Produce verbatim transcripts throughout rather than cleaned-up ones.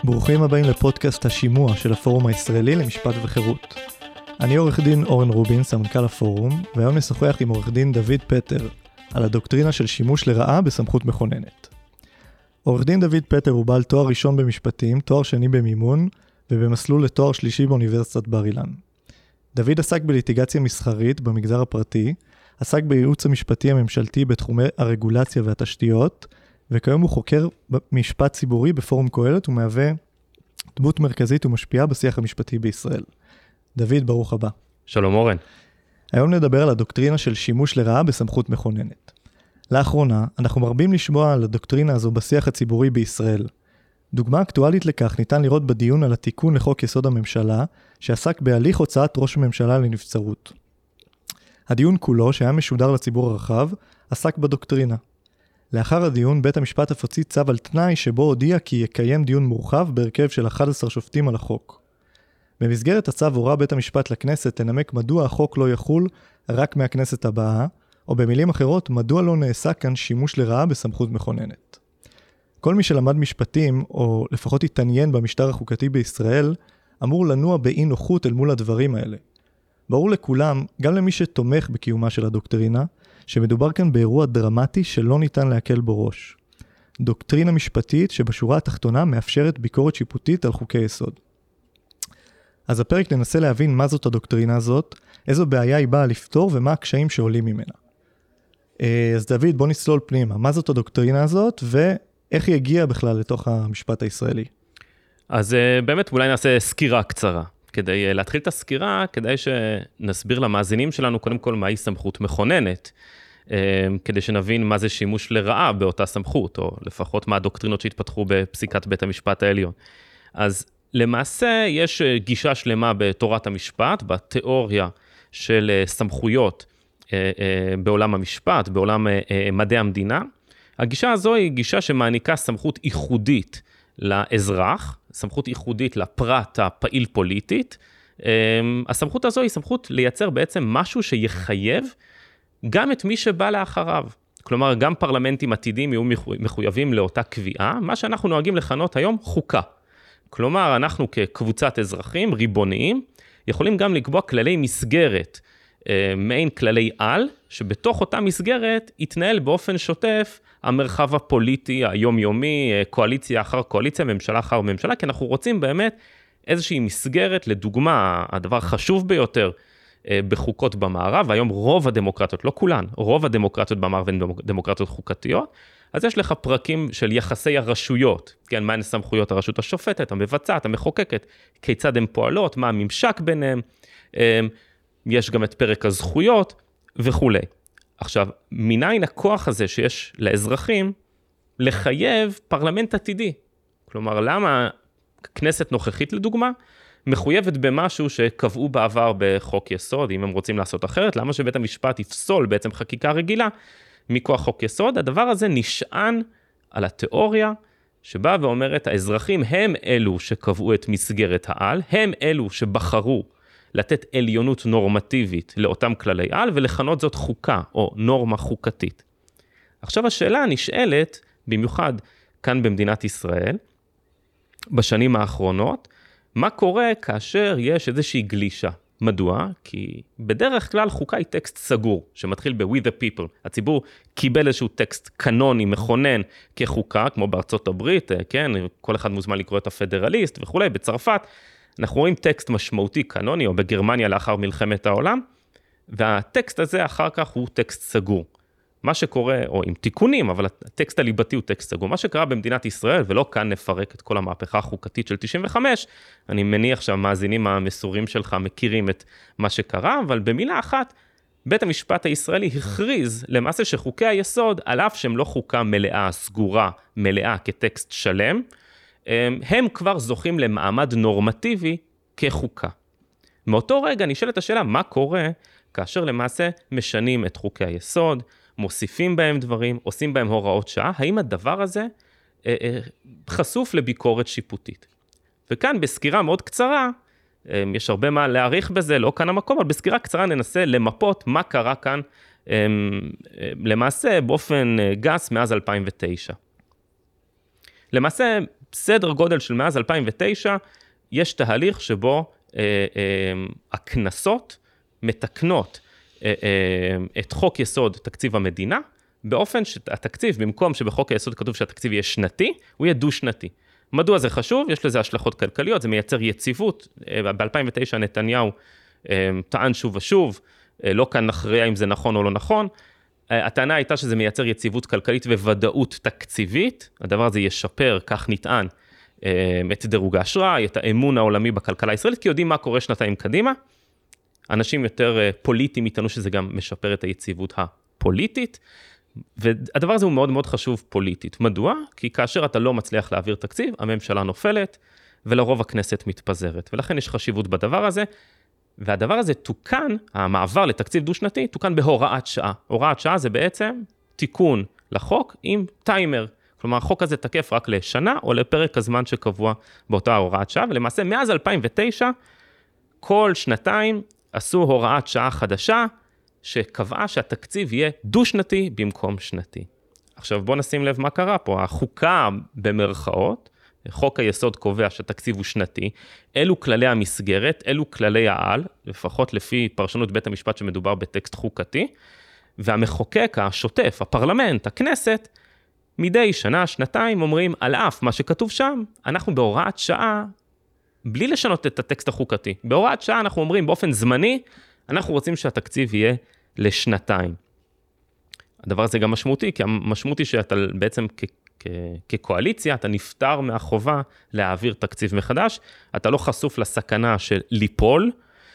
ברוכים הבאים לפודקאסט השימוע של הפורום הישראלי למשפט וחירות. אני עורך דין אורן רובין, סמנכ"ל הפורום, והיום נשוחח עם עורך דין דוד פטר על הדוקטרינה של שימוש לרעה בסמכות מכוננת. עורך דין דוד פטר הוא בעל תואר ראשון במשפטים, תואר שני במימון, ובמסלול לתואר שלישי באוניברסיטת בר אילן. דוד עסק בליטיגציה מסחרית במגזר הפרטי, עסק בייעוץ המשפטי הממשלתי בתחומי הרגולציה והתשתיות, וכיום הוא חוקר משפט ציבורי בפורום קהלת ומהווה דמות מרכזית ומשפיעה בשיח המשפטי בישראל. דוד, ברוך הבא. שלום אורן. היום נדבר על הדוקטרינה של שימוש לרעה בסמכות מכוננת. לאחרונה, אנחנו מרבים לשמוע על הדוקטרינה הזו בשיח הציבורי בישראל. דוגמה אקטואלית לכך ניתן לראות בדיון על התיקון לחוק יסוד הממשלה, שעסק בהליך הוצאת ראש הממשלה לנבצרות. הדיון כולו, שהיה משודר לציבור הרחב, עסק בדוקטרינה. לאחר הדיון, בית המשפט אף הוציא צו על תנאי שבו הודיע כי יקיים דיון מורחב בהרכב של אחד עשר שופטים על החוק. במסגרת הצו הורה בית המשפט לכנסת לנמק מדוע החוק לא יחול רק מהכנסת הבאה, או במילים אחרות, מדוע לא נעשה כאן שימוש לרעה בסמכות מכוננת. כל מי שלמד משפטים, או לפחות התעניין במשטר החוקתי בישראל, אמור לנוע באי נוחות אל מול הדברים האלה. ברור לכולם, גם למי שתומך בקיומה של הדוקטרינה, שמדובר כאן באירוע דרמטי שלא ניתן להקל בו ראש. דוקטרינה משפטית שבשורה התחתונה מאפשרת ביקורת שיפוטית על חוקי יסוד. אז הפרק ננסה להבין מה זאת הדוקטרינה הזאת, איזו בעיה היא באה לפתור ומה הקשיים שעולים ממנה. אז דוד, בוא נסלול פנימה. מה זאת הדוקטרינה הזאת ואיך היא הגיעה בכלל לתוך המשפט הישראלי? אז באמת אולי נעשה סקירה קצרה. כדי להתחיל את הסקירה, כדאי שנסביר למאזינים שלנו קודם כל מהי סמכות מכוננת, כדי שנבין מה זה שימוש לרעה באותה סמכות, או לפחות מה הדוקטרינות שהתפתחו בפסיקת בית המשפט העליון. אז למעשה יש גישה שלמה בתורת המשפט, בתיאוריה של סמכויות בעולם המשפט, בעולם מדעי המדינה. הגישה הזו היא גישה שמעניקה סמכות ייחודית לאזרח, סמכות ייחודית לפרט הפעיל פוליטית. הסמכות הזו היא סמכות לייצר בעצם משהו שיחייב גם את מי שבא לאחריו. כלומר, גם פרלמנטים עתידים יהיו מחויבים לאותה קביעה, מה שאנחנו נוהגים לכנות היום חוקה. כלומר, אנחנו כקבוצת אזרחים ריבוניים, יכולים גם לקבוע כללי מסגרת, מעין כללי על, שבתוך אותה מסגרת יתנהל באופן שוטף המרחב הפוליטי, היומיומי, קואליציה אחר קואליציה, ממשלה אחר ממשלה, כי אנחנו רוצים באמת איזושהי מסגרת, לדוגמה, הדבר חשוב ביותר בחוקות במערב, והיום רוב הדמוקרטיות, לא כולן, רוב הדמוקרטיות במערב הן דמוקרטיות חוקתיות, אז יש לך פרקים של יחסי הרשויות, כן, מהן סמכויות הרשות השופטת, המבצעת, המחוקקת, כיצד הן פועלות, מה הממשק ביניהם, יש גם את פרק הזכויות וכו'. עכשיו, מניין הכוח הזה שיש לאזרחים לחייב פרלמנט עתידי? כלומר, למה כנסת נוכחית לדוגמה מחויבת במשהו שקבעו בעבר בחוק יסוד, אם הם רוצים לעשות אחרת, למה שבית המשפט יפסול בעצם חקיקה רגילה מכוח חוק יסוד? הדבר הזה נשען על התיאוריה שבאה ואומרת, האזרחים הם אלו שקבעו את מסגרת העל, הם אלו שבחרו לתת עליונות נורמטיבית לאותם כללי על, ולכנות זאת חוקה או נורמה חוקתית. עכשיו השאלה נשאלת, במיוחד כאן במדינת ישראל, בשנים האחרונות, מה קורה כאשר יש איזושהי גלישה? מדוע? כי בדרך כלל חוקה היא טקסט סגור, שמתחיל ב-We the people. הציבור קיבל איזשהו טקסט קנוני, מכונן כחוקה, כמו בארצות הברית, כן, כל אחד מוזמן לקרוא את הפדרליסט וכו', בצרפת, אנחנו רואים טקסט משמעותי קנוני, או בגרמניה לאחר מלחמת העולם, והטקסט הזה אחר כך הוא טקסט סגור. מה שקורה, או עם תיקונים, אבל הטקסט הליבתי הוא טקסט סגור. מה שקרה במדינת ישראל, ולא כאן נפרק את כל המהפכה החוקתית של תשעים וחמש, אני מניח שהמאזינים המסורים שלך מכירים את מה שקרה, אבל במילה אחת, בית המשפט הישראלי הכריז למעשה שחוקי היסוד, על אף שהם לא חוקה מלאה, סגורה, מלאה כטקסט שלם, הם כבר זוכים למעמד נורמטיבי כחוקה. מאותו רגע נשאלת השאלה, מה קורה כאשר למעשה משנים את חוקי היסוד, מוסיפים בהם דברים, עושים בהם הוראות שעה, האם הדבר הזה אה, אה, חשוף לביקורת שיפוטית? וכאן בסקירה מאוד קצרה, אה, יש הרבה מה להעריך בזה, לא כאן המקום, אבל בסקירה קצרה ננסה למפות מה קרה כאן, אה, אה, למעשה באופן גס מאז אלפיים ותשע. למעשה, בסדר גודל של מאז אלפיים ותשע, יש תהליך שבו אה, אה, הכנסות מתקנות אה, אה, את חוק יסוד תקציב המדינה, באופן שהתקציב, במקום שבחוק היסוד כתוב שהתקציב יהיה שנתי, הוא יהיה דו-שנתי. מדוע זה חשוב? יש לזה השלכות כלכליות, זה מייצר יציבות. ב-אלפיים ותשע נתניהו טען שוב ושוב, לא כאן נכריע אם זה נכון או לא נכון. הטענה הייתה שזה מייצר יציבות כלכלית וודאות תקציבית, הדבר הזה ישפר, כך נטען, את דירוג האשראי, את האמון העולמי בכלכלה הישראלית, כי יודעים מה קורה שנתיים קדימה. אנשים יותר פוליטיים יטענו שזה גם משפר את היציבות הפוליטית, והדבר הזה הוא מאוד מאוד חשוב פוליטית. מדוע? כי כאשר אתה לא מצליח להעביר תקציב, הממשלה נופלת, ולרוב הכנסת מתפזרת. ולכן יש חשיבות בדבר הזה, והדבר הזה תוקן, המעבר לתקציב דו-שנתי, תוקן בהוראת שעה. הוראת שעה זה בעצם תיקון לחוק עם טיימר. כלומר, החוק הזה תקף רק לשנה, או לפרק הזמן שקבוע באותה הוראת שעה, ולמעשה מאז אלפיים ותשע, כל שנתיים עשו הוראת שעה חדשה, שקבעה שהתקציב יהיה דו-שנתי במקום שנתי. עכשיו בואו נשים לב מה קרה פה, החוקה במרכאות, חוק היסוד קובע שהתקציב הוא שנתי, אלו כללי המסגרת, אלו כללי העל, לפחות לפי פרשנות בית המשפט שמדובר בטקסט חוקתי, והמחוקק השוטף, הפרלמנט, הכנסת, מדי שנה, שנתיים אומרים, על אף מה שכתוב שם, אנחנו בהוראת שעה, בלי לשנות את הטקסט החוקתי, בהוראת שעה אנחנו אומרים באופן זמני, אנחנו רוצים שהתקציב יהיה לשנתיים. הדבר הזה גם משמעותי, כי המשמעות היא שאתה בעצם כ- כ- כקואליציה, אתה נפטר מהחובה להעביר תקציב מחדש, אתה לא חשוף לסכנה של ליפול,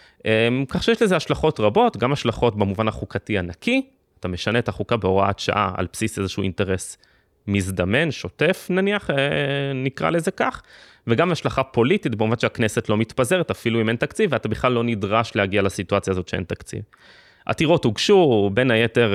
כך שיש לזה השלכות רבות, גם השלכות במובן החוקתי הנקי, אתה משנה את החוקה בהוראת שעה על בסיס איזשהו אינטרס מזדמן, שוטף נניח, נקרא לזה כך, וגם השלכה פוליטית, במובן שהכנסת לא מתפזרת, אפילו אם אין תקציב, ואתה בכלל לא נדרש להגיע לסיטואציה הזאת שאין תקציב. עתירות הוגשו, בין היתר,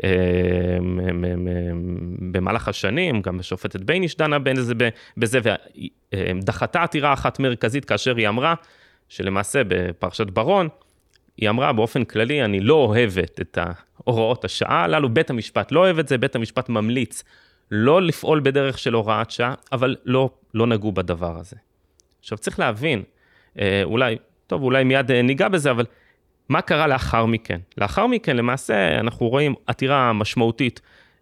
במהלך השנים, גם השופטת בייניש דנה בזה, ודחתה עתירה אחת מרכזית, כאשר היא אמרה, שלמעשה בפרשת ברון, היא אמרה באופן כללי, אני לא אוהבת את ההוראות השעה הללו, בית המשפט לא אוהב את זה, בית המשפט ממליץ, לא לפעול בדרך של הוראת שעה, אבל לא, לא נגעו בדבר הזה. עכשיו צריך להבין, אולי, טוב, אולי מיד ניגע בזה, אבל מה קרה לאחר מכן? לאחר מכן, למעשה, אנחנו רואים עתירה משמעותית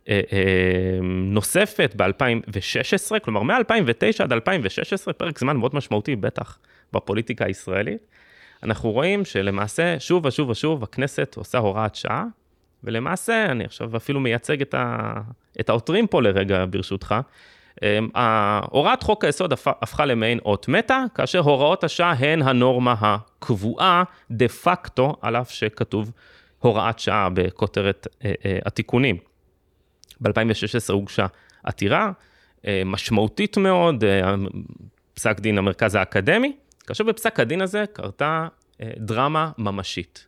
נוספת ב-אלפיים ושש עשרה, כלומר, מ-אלפיים ותשע עד אלפיים ושש עשרה, פרק זמן מאוד משמעותי, בטח, בפוליטיקה הישראלית. אנחנו רואים שלמעשה, שוב ושוב ושוב, הכנסת עושה הוראת שעה, ולמעשה, אני עכשיו אפילו מייצג את, ה... את העותרים פה לרגע ברשותך, הוראת חוק היסוד הפכה למעין אות מתה, כאשר הוראות השעה הן הנורמה הקבועה דה פקטו, על אף שכתוב הוראת שעה בכותרת התיקונים. ב-אלפיים ושש עשרה הוגשה עתירה, משמעותית מאוד, פסק דין המרכז האקדמי, כאשר בפסק הדין הזה קרתה דרמה ממשית.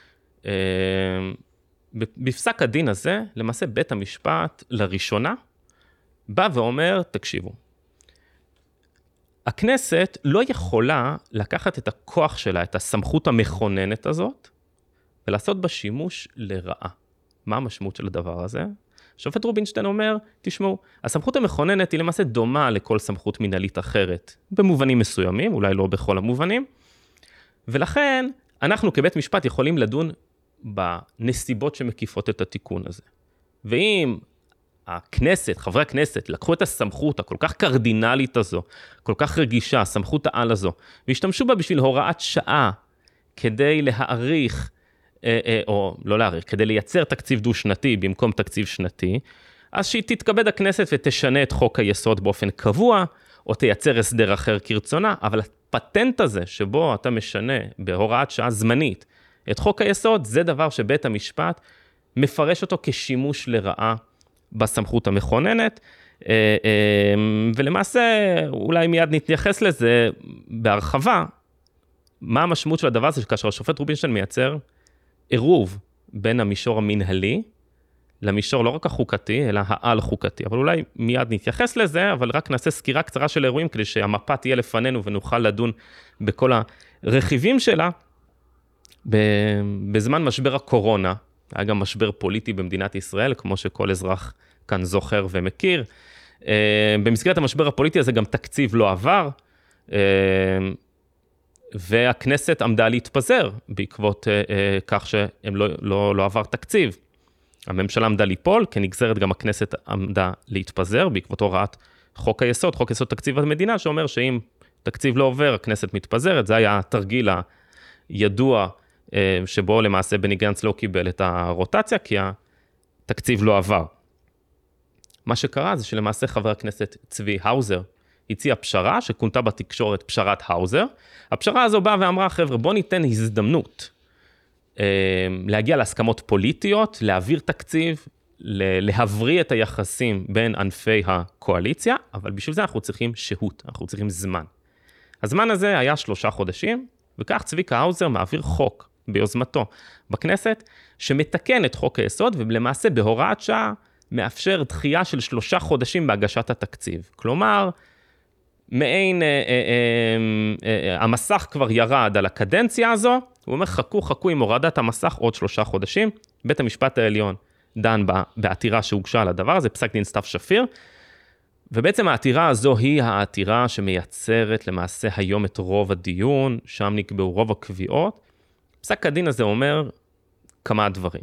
בפסק הדין הזה, למעשה בית המשפט לראשונה, בא ואומר, תקשיבו, הכנסת לא יכולה לקחת את הכוח שלה, את הסמכות המכוננת הזאת, ולעשות בה שימוש לרעה. מה המשמעות של הדבר הזה? שופט רובינשטיין אומר, תשמעו, הסמכות המכוננת היא למעשה דומה לכל סמכות מנהלית אחרת, במובנים מסוימים, אולי לא בכל המובנים, ולכן אנחנו כבית משפט יכולים לדון בנסיבות שמקיפות את התיקון הזה. ואם הכנסת, חברי הכנסת, לקחו את הסמכות הכל כך קרדינלית הזו, כל כך רגישה, הסמכות העל הזו, והשתמשו בה בשביל הוראת שעה, כדי להעריך, או לא להעריך, כדי לייצר תקציב דו-שנתי במקום תקציב שנתי, אז שהיא תתכבד הכנסת ותשנה את חוק היסוד באופן קבוע, או תייצר הסדר אחר כרצונה, אבל הפטנט הזה שבו אתה משנה בהוראת שעה זמנית את חוק היסוד, זה דבר שבית המשפט מפרש אותו כשימוש לרעה בסמכות המכוננת, ולמעשה אולי מיד נתייחס לזה בהרחבה, מה המשמעות של הדבר הזה, כאשר השופט רובינשטיין מייצר עירוב בין המישור המנהלי, למישור לא רק החוקתי, אלא העל חוקתי. אבל אולי מיד נתייחס לזה, אבל רק נעשה סקירה קצרה של אירועים, כדי שהמפה תהיה לפנינו ונוכל לדון בכל הרכיבים שלה. בזמן משבר הקורונה, היה גם משבר פוליטי במדינת ישראל, כמו שכל אזרח כאן זוכר ומכיר, במסגרת המשבר הפוליטי הזה גם תקציב לא עבר, והכנסת עמדה להתפזר בעקבות כך שהם לא, לא, לא עבר תקציב. הממשלה עמדה ליפול, כנגזרת גם הכנסת עמדה להתפזר בעקבות הוראת חוק היסוד, חוק יסוד תקציב המדינה, שאומר שאם תקציב לא עובר, הכנסת מתפזרת. זה היה התרגיל הידוע שבו למעשה בני גנץ לא קיבל את הרוטציה, כי התקציב לא עבר. מה שקרה זה שלמעשה חבר הכנסת צבי האוזר הציע פשרה שכונתה בתקשורת פשרת האוזר. הפשרה הזו באה ואמרה, חבר'ה, בוא ניתן הזדמנות להגיע להסכמות פוליטיות, להעביר תקציב, להבריא את היחסים בין ענפי הקואליציה, אבל בשביל זה אנחנו צריכים שהות, אנחנו צריכים זמן. הזמן הזה היה שלושה חודשים, וכך צביקה האוזר מעביר חוק ביוזמתו בכנסת, שמתקן את חוק היסוד, ולמעשה בהוראת שעה מאפשר דחייה של שלושה חודשים בהגשת התקציב. כלומר, מעין, אה, אה, אה, אה, המסך כבר ירד על הקדנציה הזו, הוא אומר, חכו, חכו עם הורדת המסך עוד שלושה חודשים. בית המשפט העליון דן בעתירה שהוגשה על הדבר הזה, פסק דין סתיו שפיר, ובעצם העתירה הזו היא העתירה שמייצרת למעשה היום את רוב הדיון, שם נקבעו רוב הקביעות. פסק הדין הזה אומר כמה דברים,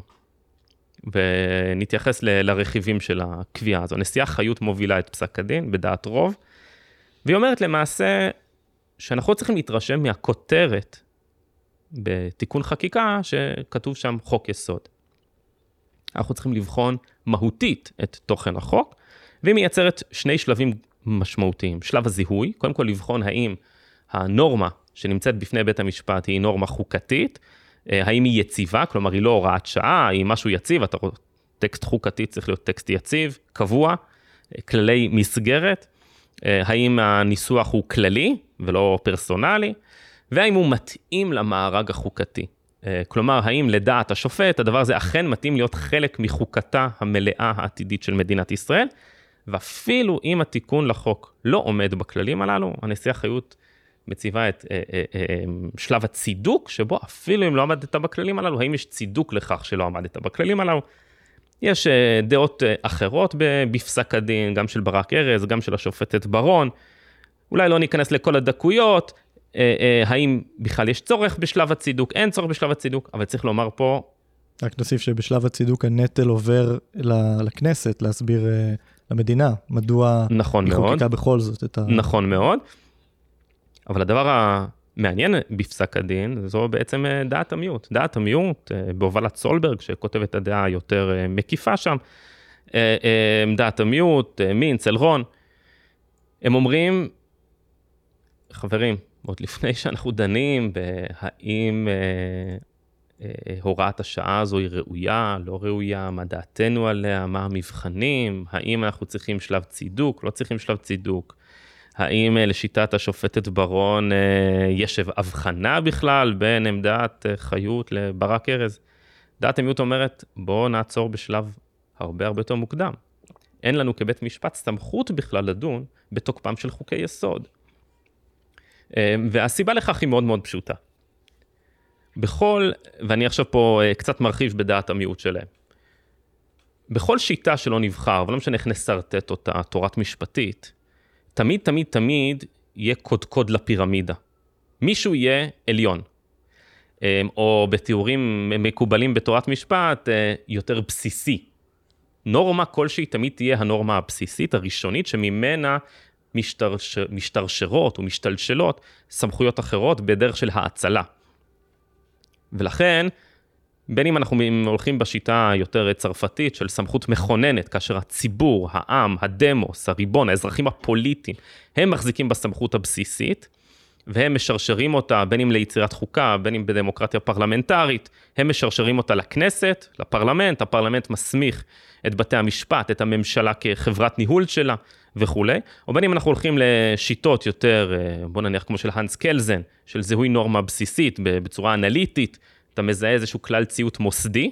ונתייחס ל- לרכיבים של הקביעה הזו. הנשיאה חיות מובילה את פסק הדין בדעת רוב, והיא אומרת למעשה שאנחנו צריכים להתרשם מהכותרת בתיקון חקיקה שכתוב שם חוק יסוד. אנחנו צריכים לבחון מהותית את תוכן החוק, והיא מייצרת שני שלבים משמעותיים. שלב הזיהוי, קודם כל לבחון האם הנורמה שנמצאת בפני בית המשפט היא נורמה חוקתית, האם היא יציבה, כלומר היא לא הוראת שעה, היא משהו יציב, אתה רואה, טקסט חוקתי צריך להיות טקסט יציב, קבוע, כללי מסגרת, האם הניסוח הוא כללי ולא פרסונלי, והאם הוא מתאים למארג החוקתי. כלומר, האם לדעת השופט, הדבר הזה אכן מתאים להיות חלק מחוקתה המלאה העתידית של מדינת ישראל, ואפילו אם התיקון לחוק לא עומד בכללים הללו, הנשיאה חיות מציבה את אה, אה, אה, שלב הצידוק, שבו אפילו אם לא עמדת בכללים הללו, האם יש צידוק לכך שלא עמדת בכללים הללו? יש אה, דעות אה, אחרות בפסק הדין, גם של ברק ארז, גם של השופטת ברון, אולי לא ניכנס לכל הדקויות, אה, אה, האם בכלל יש צורך בשלב הצידוק, אין צורך בשלב הצידוק, אבל צריך לומר פה... רק נוסיף שבשלב הצידוק הנטל עובר לכנסת, להסביר uh, למדינה, מדוע נכון היא מאוד. חוקקה בכל זאת את ה... נכון מאוד, אבל הדבר המעניין בפסק הדין, זו בעצם דעת המיעוט. דעת המיעוט, בהובלת סולברג, שכותב את הדעה היותר מקיפה שם, דעת המיעוט, מינץ, אלרון, הם אומרים, חברים, עוד לפני שאנחנו דנים בהאם הוראת השעה הזו היא ראויה, לא ראויה, מה דעתנו עליה, מה המבחנים, האם אנחנו צריכים שלב צידוק, לא צריכים שלב צידוק, האם לשיטת השופטת ברון יש הבחנה בכלל בין עמדת חיות לברק ארז? דעת המיעוט אומרת, בואו נעצור בשלב הרבה הרבה יותר מוקדם. אין לנו כבית משפט סמכות בכלל לדון בתוקפם של חוקי יסוד. והסיבה לכך היא מאוד מאוד פשוטה. בכל, ואני עכשיו פה קצת מרחיב בדעת המיעוט שלהם, בכל שיטה שלא נבחר, ולא משנה איך נסרטט אותה, תורת משפטית, תמיד, תמיד, תמיד יהיה קודקוד לפירמידה. מישהו יהיה עליון. או בתיאורים מקובלים בתורת משפט, יותר בסיסי. נורמה כלשהי תמיד תהיה הנורמה הבסיסית, הראשונית, שממנה משתרש, משתרשרות ומשתלשלות סמכויות אחרות בדרך של האצלה. ולכן, בין אם אנחנו הולכים בשיטה יותר צרפתית של סמכות מכוננת, כאשר הציבור, העם, הדמוס, הריבון, האזרחים הפוליטיים, הם מחזיקים בסמכות הבסיסית, והם משרשרים אותה, בין אם ליצירת חוקה, בין אם בדמוקרטיה פרלמנטרית, הם משרשרים אותה לכנסת, לפרלמנט, הפרלמנט מסמיך את בתי המשפט, את הממשלה כחברת ניהול שלה וכו'. או בין אם אנחנו הולכים לשיטות יותר, בוא נניח כמו של הנס קלזן, של זיהוי נורמה בסיסית בצורה אנליטית, אתה מזהה איזשהו כלל ציות מוסדי,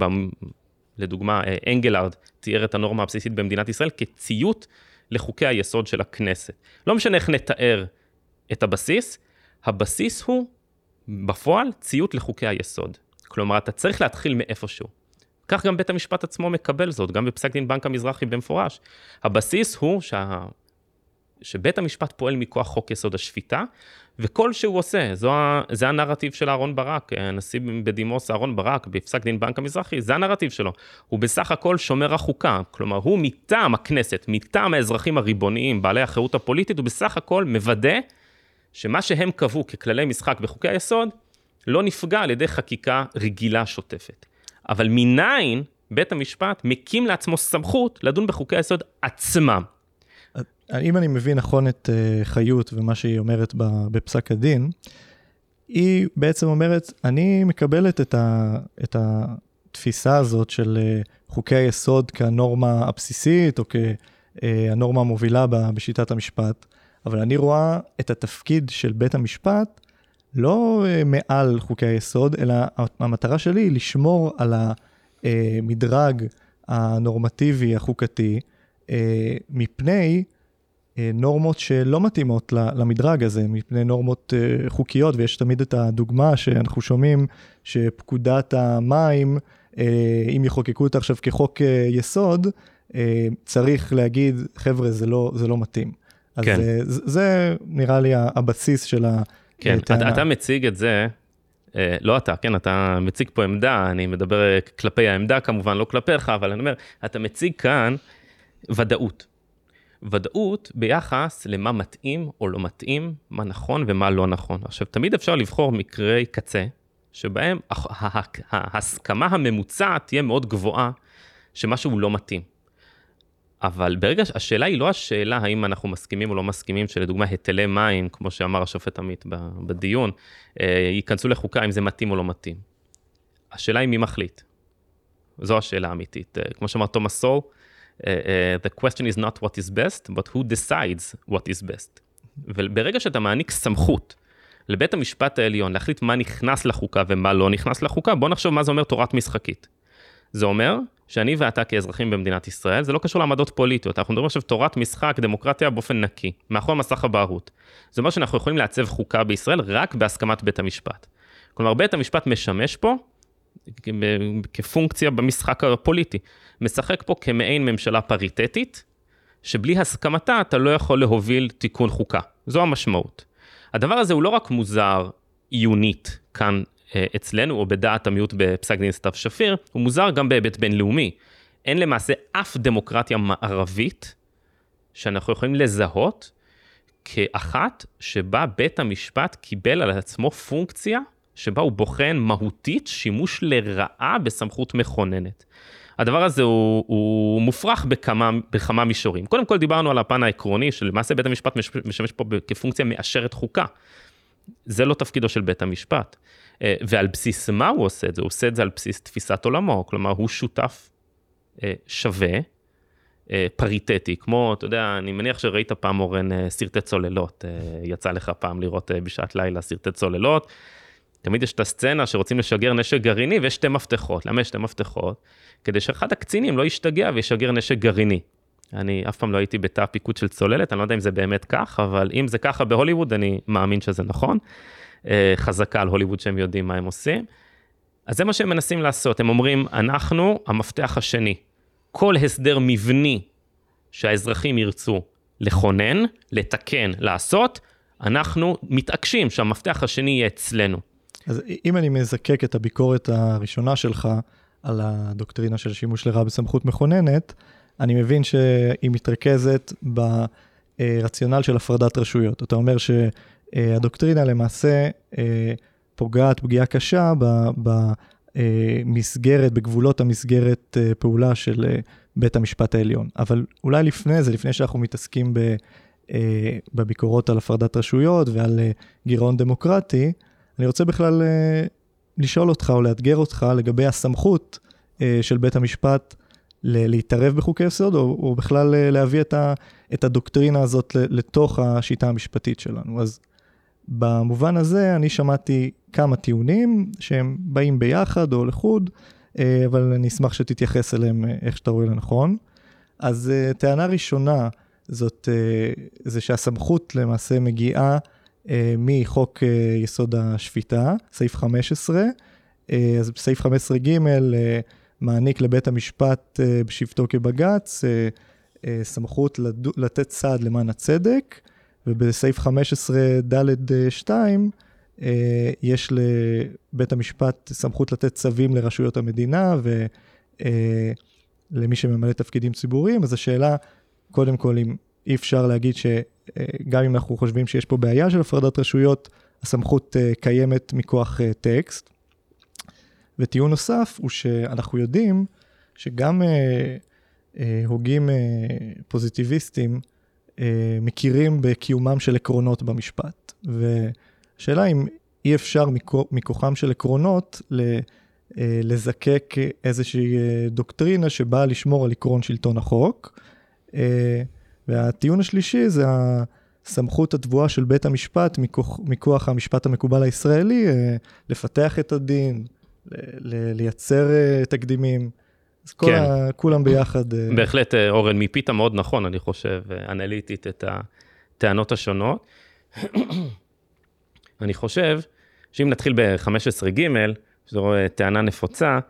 לדוגמה אנגלרד תיאר את הנורמה הבסיסית במדינת ישראל כציות לחוקי היסוד של הכנסת. לא משנה איך נתאר את הבסיס, הבסיס הוא בפועל ציות לחוקי היסוד. כלומר, אתה צריך להתחיל מאיפשהו. כך גם בית המשפט עצמו מקבל זאת, גם בפסק דין בנק המזרחי במפורש. הבסיס הוא שה... שבית המשפט פועל מכוח חוק יסוד השפיטה, וכל שהוא עושה, זו, זה הנרטיב של אהרון ברק, הנשיא בדימוס אהרון ברק, בפסק דין בנק המזרחי, זה הנרטיב שלו. הוא בסך הכל שומר החוקה, כלומר, הוא מטעם הכנסת, מטעם האזרחים הריבוניים, בעלי החירות הפוליטית, הוא בסך הכל מוודא שמה שהם קבעו ככללי משחק בחוקי היסוד, לא נפגע על ידי חקיקה רגילה שוטפת. אבל מניין בית המשפט מקים לעצמו סמכות לדון בחוקי היסוד עצמם. אם אני מבין נכון את חיות ומה שהיא אומרת בפסק הדין, היא בעצם אומרת, אני מקבלת את, ה, את התפיסה הזאת של חוקי היסוד כנורמה הבסיסית, או כנורמה המובילה בשיטת המשפט, אבל אני רואה את התפקיד של בית המשפט, לא מעל חוקי היסוד, אלא המטרה שלי היא לשמור על המדרג הנורמטיבי, החוקתי, מפני נורמות שלא מתאימות למדרג הזה, מפני נורמות חוקיות, ויש תמיד את הדוגמה שאנחנו שומעים שפקודת המים, אם יחוקקו אותה עכשיו כחוק יסוד, צריך להגיד, חבר'ה, זה לא, זה לא מתאים. אז כן. זה, זה נראה לי הבסיס של ה... כן, אתה, אתה מציג את זה, לא אתה, כן, אתה מציג פה עמדה, אני מדבר כלפי העמדה כמובן, לא כלפיך, אבל אני אומר, אתה מציג כאן ודאות. ודאות ביחס למה מתאים או לא מתאים, מה נכון ומה לא נכון. עכשיו, תמיד אפשר לבחור מקרי קצה, שבהם ההסכמה הממוצעת תהיה מאוד גבוהה, שמשהו לא מתאים. אבל ברגע, השאלה היא לא השאלה האם אנחנו מסכימים או לא מסכימים, שלדוגמה היטלי מים, כמו שאמר השופט עמית בדיון, ייכנסו לחוקה אם זה מתאים או לא מתאים. השאלה היא מי מחליט. זו השאלה האמיתית. כמו שאמר תומאס סול, Uh, uh, the question is not what is best, but who decides what is best. וברגע שאתה מעניק סמכות לבית המשפט העליון להחליט מה נכנס לחוקה ומה לא נכנס לחוקה, בוא נחשוב מה זה אומר תורת משחקית. זה אומר שאני ואתה כאזרחים במדינת ישראל, זה לא קשור לעמדות פוליטיות, אנחנו מדברים עכשיו תורת משחק, דמוקרטיה באופן נקי, מאחורי מסך הבערות. זה אומר שאנחנו יכולים לעצב חוקה בישראל רק בהסכמת בית המשפט. כלומר, בית המשפט משמש פה כפונקציה במשחק הפוליטי. משחק פה כמעין ממשלה פריטטית, שבלי הסכמתה אתה לא יכול להוביל תיקון חוקה. זו המשמעות. הדבר הזה הוא לא רק מוזר עיונית כאן אה, אצלנו, או בדעת המיעוט בפסק דין סתיו שפיר, הוא מוזר גם בהיבט בינלאומי. אין למעשה אף דמוקרטיה מערבית שאנחנו יכולים לזהות כאחת שבה בית המשפט קיבל על עצמו פונקציה שבה הוא בוחן מהותית שימוש לרעה בסמכות מכוננת. הדבר הזה הוא, הוא מופרך בכמה, בכמה מישורים. קודם כל דיברנו על הפן העקרוני, שלמעשה בית המשפט משמש פה כפונקציה מאשרת חוקה. זה לא תפקידו של בית המשפט. ועל בסיס מה הוא עושה את זה? הוא עושה את זה על בסיס תפיסת עולמו, כלומר הוא שותף שווה, פריטטי, כמו, אתה יודע, אני מניח שראית פעם אורן סרטי צוללות, יצא לך פעם לראות בשעת לילה סרטי צוללות, תמיד יש את הסצנה שרוצים לשגר נשק גרעיני, ויש שתי מפתחות. למה יש שתי מפתחות? כדי שאחד הקצינים לא ישתגע וישגר נשק גרעיני. אני אף פעם לא הייתי בתא הפיקוד של צוללת, אני לא יודע אם זה באמת כך, אבל אם זה ככה בהוליווד, אני מאמין שזה נכון. חזקה על הוליווד שהם יודעים מה הם עושים. אז זה מה שהם מנסים לעשות. הם אומרים, אנחנו המפתח השני. כל הסדר מבני שהאזרחים ירצו לכונן, לתקן, לעשות, אנחנו מתעקשים שהמפתח השני יהיה אצלנו. אז אם אני מזקק את הביקורת הראשונה שלך על הדוקטרינה של שימוש לרעה בסמכות מכוננת, אני מבין שהיא מתרכזת ברציונל של הפרדת רשויות. אתה אומר שהדוקטרינה למעשה פוגעת פגיעה קשה במסגרת, בגבולות המסגרת פעולה של בית המשפט העליון. אבל אולי לפני זה, לפני שאנחנו מתעסקים בביקורות על הפרדת רשויות ועל גירעון דמוקרטי, אני רוצה בכלל לשאול אותך או לאתגר אותך לגבי הסמכות של בית המשפט להתערב בחוקי יסוד, או, או בכלל להביא את, ה, את הדוקטרינה הזאת לתוך השיטה המשפטית שלנו. אז במובן הזה אני שמעתי כמה טיעונים שהם באים ביחד או לחוד, אבל אני אשמח שתתייחס אליהם איך שאתה רואה לנכון. אז טענה ראשונה זאת, זה שהסמכות למעשה מגיעה מחוק יסוד השפיטה, סעיף חמש עשרה, אז בסעיף חמש עשרה ג' מעניק לבית המשפט בשבתו כבג"ץ סמכות לתת צעד למען הצדק, ובסעיף חמש עשרה ד' שתיים יש לבית המשפט סמכות לתת צווים לרשויות המדינה ולמי שממלא תפקידים ציבוריים. אז השאלה, קודם כל, אם אי אפשר להגיד שגם אם אנחנו חושבים שיש פה בעיה של הפרדת רשויות, הסמכות קיימת מכוח טקסט. וטיעון נוסף הוא שאנחנו יודעים שגם הוגים פוזיטיביסטים מכירים בקיומם של עקרונות במשפט. והשאלה אם אי אפשר מכוחם של עקרונות לזקק איזושהי דוקטרינה שבאה לשמור על עקרון שלטון החוק. והטיעון השלישי זה הסמכות התבואה של בית המשפט מכוח, מכוח המשפט המקובל הישראלי, לפתח את הדין, לייצר תקדימים. אז כל כן. ה, כולם ביחד. בהחלט, אורן, מיפית מאוד נכון, אני חושב, אנליטית את הטענות השונות. אני חושב שאם נתחיל ב-חמש עשרה ג', שזו טענה נפוצה,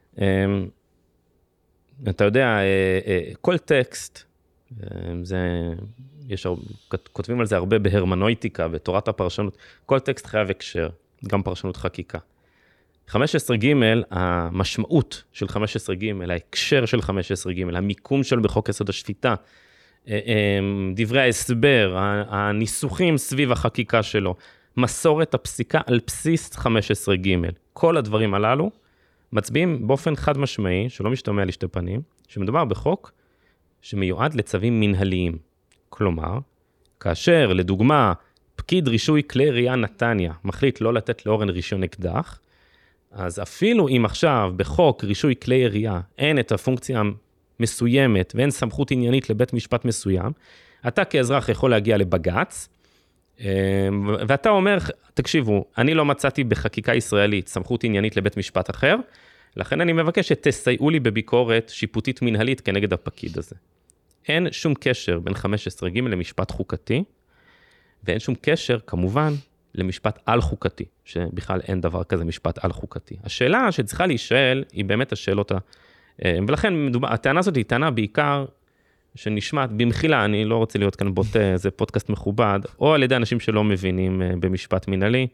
אתה יודע, כל טקסט, זה, יש, כותבים על זה הרבה בהרמנויטיקה, בתורת הפרשנות, כל טקסט חייב הקשר, גם פרשנות חקיקה. חמש עשרה ג', המשמעות של חמש עשרה ג', ההקשר של חמש עשרה ג', המיקום של בחוק יסוד השפיטה, דברי ההסבר, הניסוחים סביב החקיקה שלו, מסורת הפסיקה על בסיס חמש עשרה ג', כל הדברים הללו מצביעים באופן חד משמעי, שלא משתמע לשתי פנים, שמדובר בחוק שמיועד לצווים מנהליים. כלומר, כאשר לדוגמה פקיד רישוי כלי ירייה נתניה מחליט לא לתת לאורן רישיון אקדח, אז אפילו אם עכשיו בחוק רישוי כלי ירייה אין את הפונקציה מסוימת ואין סמכות עניינית לבית משפט מסוים, אתה כאזרח יכול להגיע לבג"ץ, ואתה אומר, תקשיבו, אני לא מצאתי בחקיקה ישראלית סמכות עניינית לבית משפט אחר, לכן אני מבקש שתסייעו לי בביקורת שיפוטית מנהלית כנגד הפקיד הזה. אין שום קשר בין חמש עשרה ג' למשפט חוקתי, ואין שום קשר כמובן למשפט על חוקתי, שבכלל אין דבר כזה משפט על חוקתי. השאלה שצריכה להישאל היא באמת השאלות, ה... ולכן הטענה הזאת היא טענה בעיקר שנשמעת במחילה, אני לא רוצה להיות כאן בוטה, זה פודקאסט מכובד, או על ידי אנשים שלא מבינים במשפט מנהלי,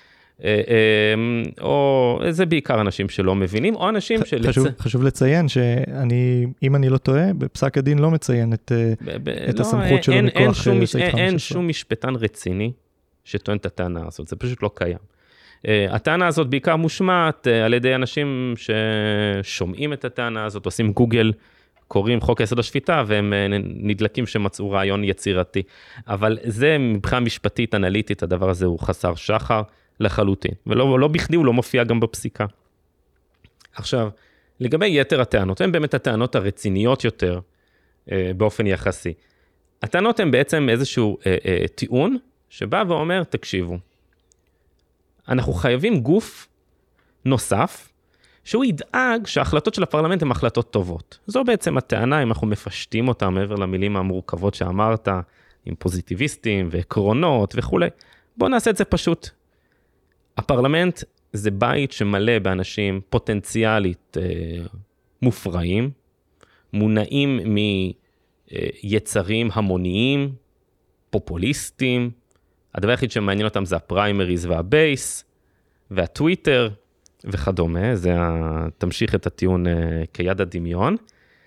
או זה בעיקר אנשים שלא מבינים, או אנשים של... חשוב, חשוב לציין שאני, אם אני לא טועה, בפסק הדין לא מציין את, ב- את לא, הסמכות שלו אין, מכוח אין שום, סעיף חמש עשרה. אין שום משפטן רציני שטוען את הטענה הזאת, זה פשוט לא קיים. הטענה הזאת בעיקר מושמעת על ידי אנשים ששומעים את הטענה הזאת, עושים גוגל, קוראים חוק יסוד השפיטה, והם נדלקים שמצאו רעיון יצירתי. אבל זה מבחינה משפטית, אנליטית, הדבר הזה הוא חסר שחר לחלוטין. ולא לא בכדי הוא לא מופיע גם בפסיקה. עכשיו, לגבי יתר הטענות, הן באמת הטענות הרציניות יותר, באופן יחסי. הטענות הן בעצם איזשהו אה, אה, טיעון, שבא ואומר, תקשיבו, אנחנו חייבים גוף נוסף, שהוא ידאג שההחלטות של הפרלמנט הן החלטות טובות. זו בעצם הטענה, אם אנחנו מפשטים אותה מעבר למילים המורכבות שאמרת, עם פוזיטיביסטים ועקרונות וכו'. בואו נעשה את זה פשוט. הפרלמנט זה בית שמלא באנשים פוטנציאלית אה, מופרעים, מונעים מיצרים המוניים, פופוליסטים, הדבר היחיד שמעניין אותם זה הפריימריז והבייס, והטוויטר וכדומה, זה תמשיך את הטיעון כיד הדמיון,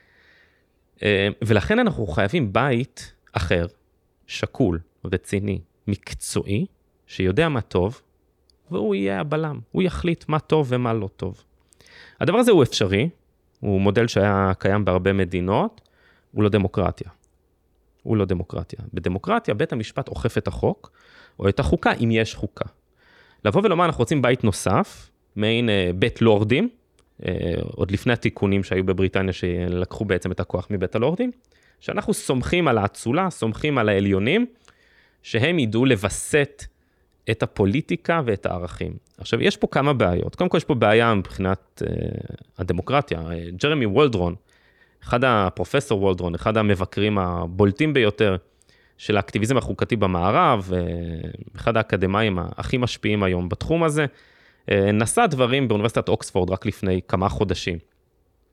ולכן אנחנו חייבים בית אחר, שקול, רציני, מקצועי, שיודע מה טוב, והוא יהיה הבלם, הוא יחליט מה טוב ומה לא טוב. הדבר הזה הוא אפשרי, הוא מודל שהיה קיים בהרבה מדינות, הוא לא דמוקרטיה. הוא לא דמוקרטיה. בדמוקרטיה, בית המשפט אוכף את החוק, או את החוקה, אם יש חוקה. לבוא ולומר, אנחנו רוצים בית נוסף, מעין אה, בית לורדים, אה, עוד לפני התיקונים שהיו בבריטניה, שלקחו בעצם את הכוח מבית הלורדים, שאנחנו סומכים על האצולה, סומכים על העליונים, שהם ידעו לבסט את הפוליטיקה ואת הערכים. עכשיו, יש פה כמה בעיות. קודם כל, יש פה בעיה מבחינת אה, הדמוקרטיה. אה, ג'רמי וולדרון, אחד הפרופסור וולדרון, אחד המבקרים הבולטים ביותר של האקטיביזם החוקתי במערב, אחד האקדמיים הכי משפיעים היום בתחום הזה, נשא דברים באוניברסיטת אוקספורד רק לפני כמה חודשים.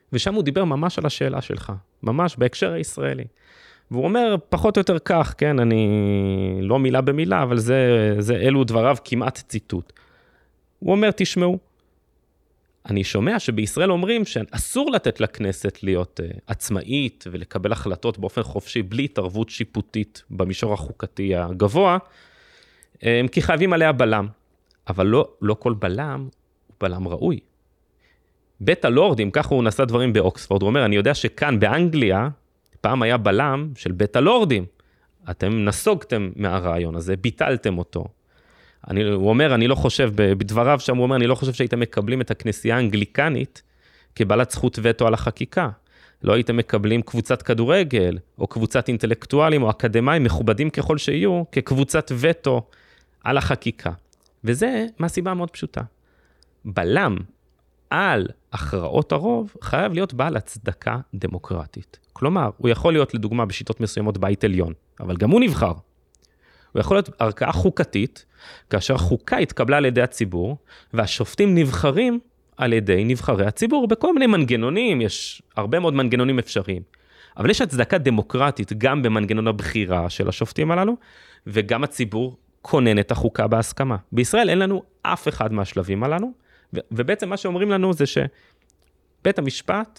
ושם הוא דיבר ממש על השאלה שלך, ממש בהקשר הישראלי. והוא אומר, פחות או יותר כך, כן, אני לא מילה במילה, אבל זה, זה אלו דבריו כמעט ציטוט. הוא אומר, תשמעו, אני שומע שבישראל אומרים שאסור לתת לכנסת להיות uh, עצמאית ולקבל החלטות באופן חופשי, בלי התערבות שיפוטית במישור החוקתי הגבוה, um, כי חייבים עליה בלם. אבל לא, לא כל בלם הוא בלם ראוי. בית הלורדים, ככה הוא נשא דברים באוקספורד, הוא אומר, אני יודע שכאן באנגליה, פעם היה בלם של בית הלורדים, אתם נסוגתם מהרעיון הזה, ביטלתם אותו. אני, הוא אומר, אני לא חושב, בדבריו שם הוא אומר, אני לא חושב שהייתם מקבלים את הכנסייה האנגליקנית, כבעלת זכות וטו על החקיקה. לא הייתם מקבלים קבוצת כדורגל, או קבוצת אינטלקטואלים, או אקדמיים, מכובדים ככל שיהיו, כקבוצת וטו על החקיקה. וזה מהסיבה מאוד פשוטה. בלם על הכרעות הרוב, חייב להיות בעל הצדקה דמוקרטית. כלומר, הוא יכול להיות לדוגמה בשיטות מסוימות בית עליון, אבל גם הוא נבחר. הוא יכול להיות ערכאה חוקתית, כאשר חוקה התקבלה על ידי הציבור, והשופטים נבחרים על ידי נבחרי הציבור, בכל מיני מנגנונים, יש הרבה מאוד מנגנונים אפשריים. אבל יש הצדקה דמוקרטית גם במנגנון הבחירה של השופטים הללו, וגם הציבור כונן את החוקה בהסכמה. בישראל אין לנו אף אחד מהשלבים הללו, ובעצם מה שאומרים לנו זה שבית המשפט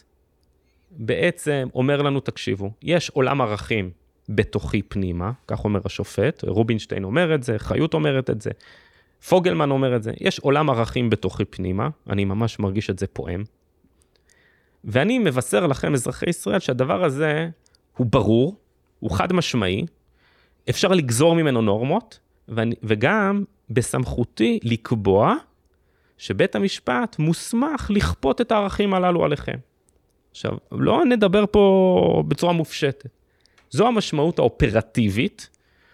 בעצם אומר לנו, תקשיבו, יש עולם ערכים בתוכי פנימה, כך אומר השופט, רובינשטיין אומר את זה, חיות אומרת את זה, פוגלמן אומר את זה, יש עולם ערכים בתוכי פנימה, אני ממש מרגיש את זה פועם, ואני מבשר לכם, אזרחי ישראל, שהדבר הזה הוא ברור, הוא חד משמעי, אפשר לגזור ממנו נורמות, ואני, וגם בסמכותי לקבוע שבית המשפט מוסמך לכפות את הערכים הללו עליכם. עכשיו, לא נדבר פה בצורה מופשטת. זו המשמעות האופרטיבית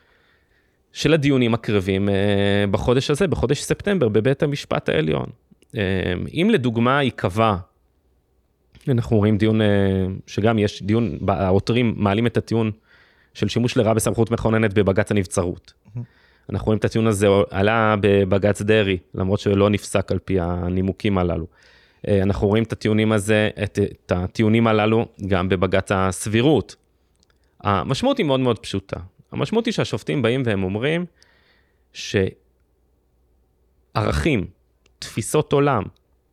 של הדיונים הקרבים בחודש הזה, בחודש ספטמבר, בבית המשפט העליון. אם לדוגמה יקבע, אנחנו רואים דיון, שגם יש דיון, העותרים מעלים את הטיעון של שימוש לרעה בסמכות מכוננת בבג"ץ הנבצרות. אנחנו רואים את הטיעון הזה, עלה בבג"ץ דרעי, למרות שלא נפסק על פי הנימוקים הללו. אנחנו רואים את הטיעונים הזה, את, את הטיעונים הללו גם בבג"ץ הסבירות. המשמעות היא מאוד מאוד פשוטה. המשמעות היא שהשופטים באים והם אומרים שערכים, תפיסות עולם,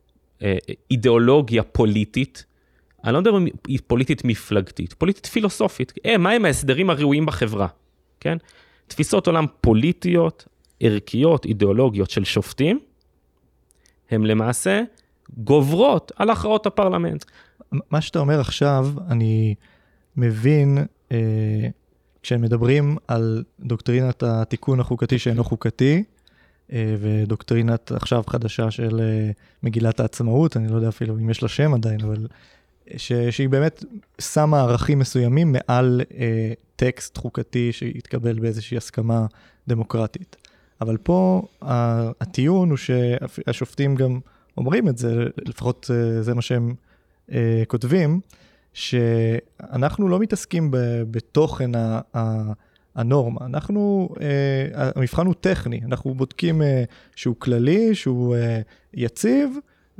אידיאולוגיה פוליטית, אני לא מדבר פוליטית מפלגתית, פוליטית פילוסופית, אה, מה הם ההסדרים הראויים בחברה, כן? תפיסות עולם פוליטיות, ערכיות, אידיאולוגיות של שופטים, הם למעשה גוברות על הכרעות הפרלמנט. מה שאתה אומר עכשיו, אני מבין, אה, כשמדברים על דוקטרינת התיקון החוקתי שאינו חוקתי, אה, ודוקטרינת עכשיו חדשה של אה, מגילת העצמאות, אני לא יודע אפילו אם יש לה שם עדיין, אבל ש, שהיא באמת שמה ערכים מסוימים מעל אה, טקסט חוקתי שהתקבל באיזושהי הסכמה דמוקרטית. אבל פה הטיעון הוא שהשופטים גם אומרים את זה, לפחות זה מה שהם אה, כותבים, שאנחנו לא מתעסקים ב, בתוכן ה, ה, הנורמה, אנחנו, אה, המבחן הוא טכני, אנחנו בודקים אה, שהוא כללי, שהוא אה, יציב,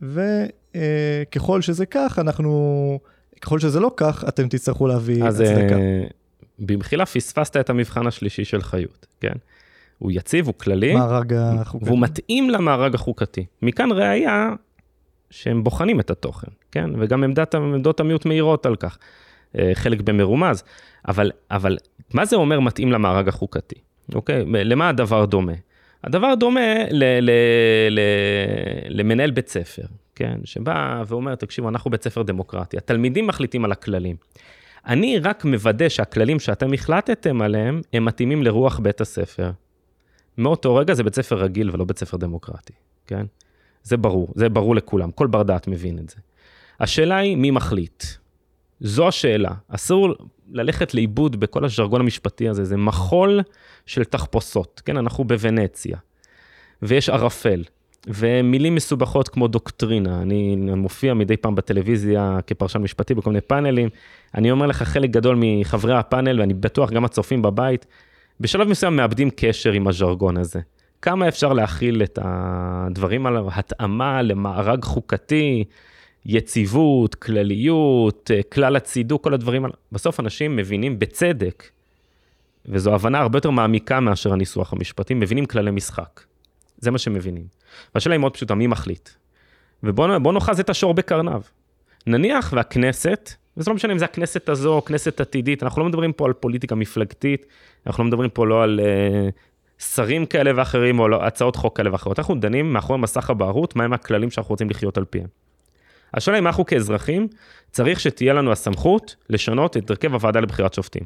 וככל אה, שזה כך, אנחנו, ככל שזה לא כך, אתם תצטרכו להביא אז, הצדקה. אה, במחילה פספסת את המבחן השלישי של חיות, כן? הוא יציב, הוא כללי, מארג החוקתי. והוא מתאים למארג החוקתי. מכאן ראיה שהם בוחנים את התוכן, כן? וגם עמדת, עמדות המיעוט מהירות על כך, חלק במרומז. אבל, אבל מה זה אומר מתאים למארג החוקתי? אוקיי? למה הדבר דומה? הדבר דומה ל, ל, ל, למנהל בית ספר, כן? שבא ואומר, תקשיבו, אנחנו בית ספר דמוקרטי, התלמידים מחליטים על הכללים. אני רק מוודא שהכללים שאתם החלטתם עליהם, הם מתאימים לרוח בית הספר. מאותו רגע זה בית ספר רגיל ולא בית ספר דמוקרטי, כן? זה ברור, זה ברור לכולם, כל בר דעת מבין את זה. השאלה היא מי מחליט. זו השאלה, אסור ללכת לאיבוד בכל הז'רגון המשפטי הזה, זה מחול של תחפושות, כן? אנחנו בוונציה, ויש ערפל, ומילים מסובכות כמו דוקטרינה, אני מופיע מדי פעם בטלוויזיה כפרשן משפטי בכל מיני פאנלים, אני אומר לך חלק גדול מחברי הפאנל, ואני בטוח גם הצופים בבית, בשלב מסוים מאבדים קשר עם הז'רגון הזה. כמה אפשר להכיל את הדברים עליו, התאמה למארג חוקתי, יציבות, כלליות, כלל הצידוק, כל הדברים, בסוף אנשים מבינים בצדק, וזו הבנה הרבה יותר מעמיקה מאשר הניסוח המשפטי, מבינים כללי משחק. זה מה שמבינים. והשאלה היא מאוד פשוטה, מי מחליט? ובואו נוחז את השור בקרניו. נניח והכנסת, וזה לא משנה אם זה הכנסת הזו או כנסת עתידית, אנחנו לא מדברים פה על פוליטיקה מפלגתית, אנחנו לא מדברים פה לא על uh, שרים כאלה ואחרים, או לא, הצעות חוק כאלה ואחרות. אנחנו דנים מאחורי מסך הבערות, מהם הכללים שאנחנו רוצים לחיות על פיהם. השאלה אם אנחנו כאזרחים, צריך שתהיה לנו הסמכות לשנות את הרכב הוועדה לבחירת שופטים.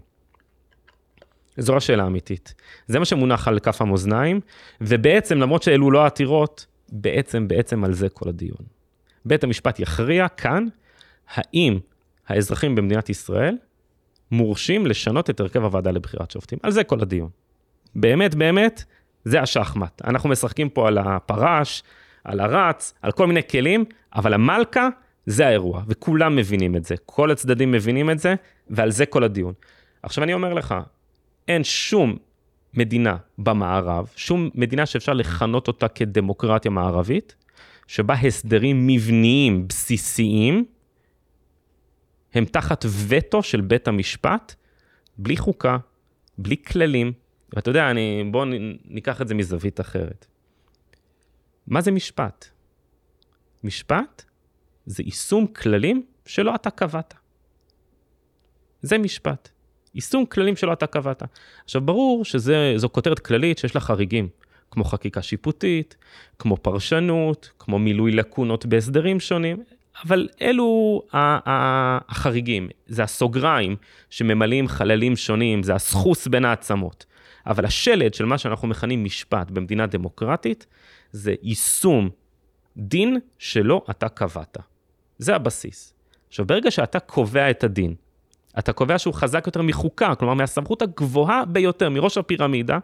זו השאלה האמיתית. זה מה שמונח על כף המאזניים, ובעצם, למרות שאלו לא העתירות, בעצם, בעצם על זה כל הדיון. בית המשפט יכריע כאן, האם האזרחים במדינת ישראל מורשים לשנות את הרכב הוועדה לבחירת שופטים. על זה כל הדיון. באמת, באמת, זה השחמט. אנחנו משחקים פה על הפרש, על הרץ, על כל מיני כלים, אבל המלכה זה האירוע, וכולם מבינים את זה. כל הצדדים מבינים את זה, ועל זה כל הדיון. עכשיו אני אומר לך, אין שום מדינה במערב, שום מדינה שאפשר לכנות אותה כדמוקרטיה מערבית, שבה הסדרים מבניים בסיסיים, הם תחת וטו של בית המשפט, בלי חוקה, בלי כללים. ואתה יודע, אני, בוא ניקח את זה מזווית אחרת. מה זה משפט? משפט זה יישום כללים שלא אתה קבעת. זה משפט. יישום כללים שלא אתה קבעת. עכשיו, ברור שזו כותרת כללית שיש לה חריגים, כמו חקיקה שיפוטית, כמו פרשנות, כמו מילוי לקונות בהסדרים שונים, אבל אלו החריגים, זה הסוגריים שממלאים חללים שונים, זה הסחוס בין העצמות. אבל השלד של מה שאנחנו מכנים משפט במדינה דמוקרטית, זה יישום דין שלא אתה קבעת. זה הבסיס. עכשיו, ברגע שאתה קובע את הדין, אתה קובע שהוא חזק יותר מחוקה, כלומר, מהסמכות הגבוהה ביותר, מראש הפירמידה,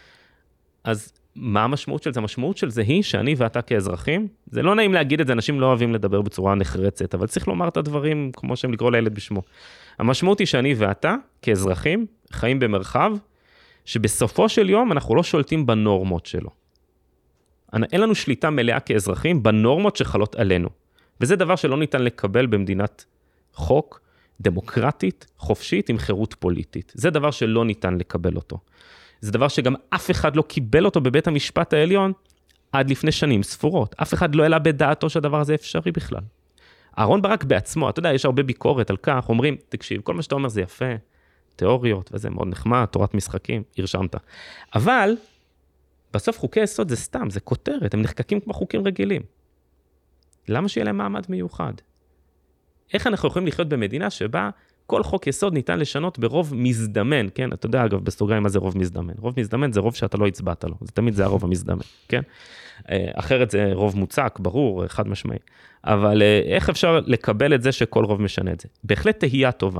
אז מה המשמעות של זה? המשמעות של זה היא שאני ואתה כאזרחים, זה לא נעים להגיד את זה, אנשים לא אוהבים לדבר בצורה נחרצת, אבל צריך לומר את הדברים כמו שהם לקרוא לילד בשמו. המשמעות היא שאני ואתה כאזרחים חיים במרחב, שבסופו של יום אנחנו לא שולטים בנורמות שלו. אין לנו שליטה מלאה כאזרחים בנורמות שחלות עלינו. וזה דבר שלא ניתן לקבל במדינת חוק, דמוקרטית, חופשית, עם חירות פוליטית. זה דבר שלא ניתן לקבל אותו. זה דבר שגם אף אחד לא קיבל אותו בבית המשפט העליון, עד לפני שנים ספורות. אף אחד לא העלה בדעתו שהדבר הזה אפשרי בכלל. אהרון ברק בעצמו, אתה יודע, יש הרבה ביקורת על כך, אומרים, תקשיב, כל מה שאתה אומר זה יפה, תיאוריות, וזה מאוד נחמד, תורת משחקים, הרשמת. אבל, בסוף חוקי יסוד זה סתם, זה כותרת, הם נחקקים כמו חוקים רגילים. למה שיהיה להם מעמד מיוחד? איך אנחנו יכולים לחיות במדינה שבה כל חוק יסוד ניתן לשנות ברוב מזדמן, כן? אתה יודע, אגב, בסוגריים מה זה רוב מזדמן. רוב מזדמן זה רוב שאתה לא הצבעת לו, זה תמיד זה הרוב המזדמן, כן? אחרת זה רוב מוצק, ברור, חד משמעי. אבל איך אפשר לקבל את זה שכל רוב משנה את זה? בהחלט תהייה טובה.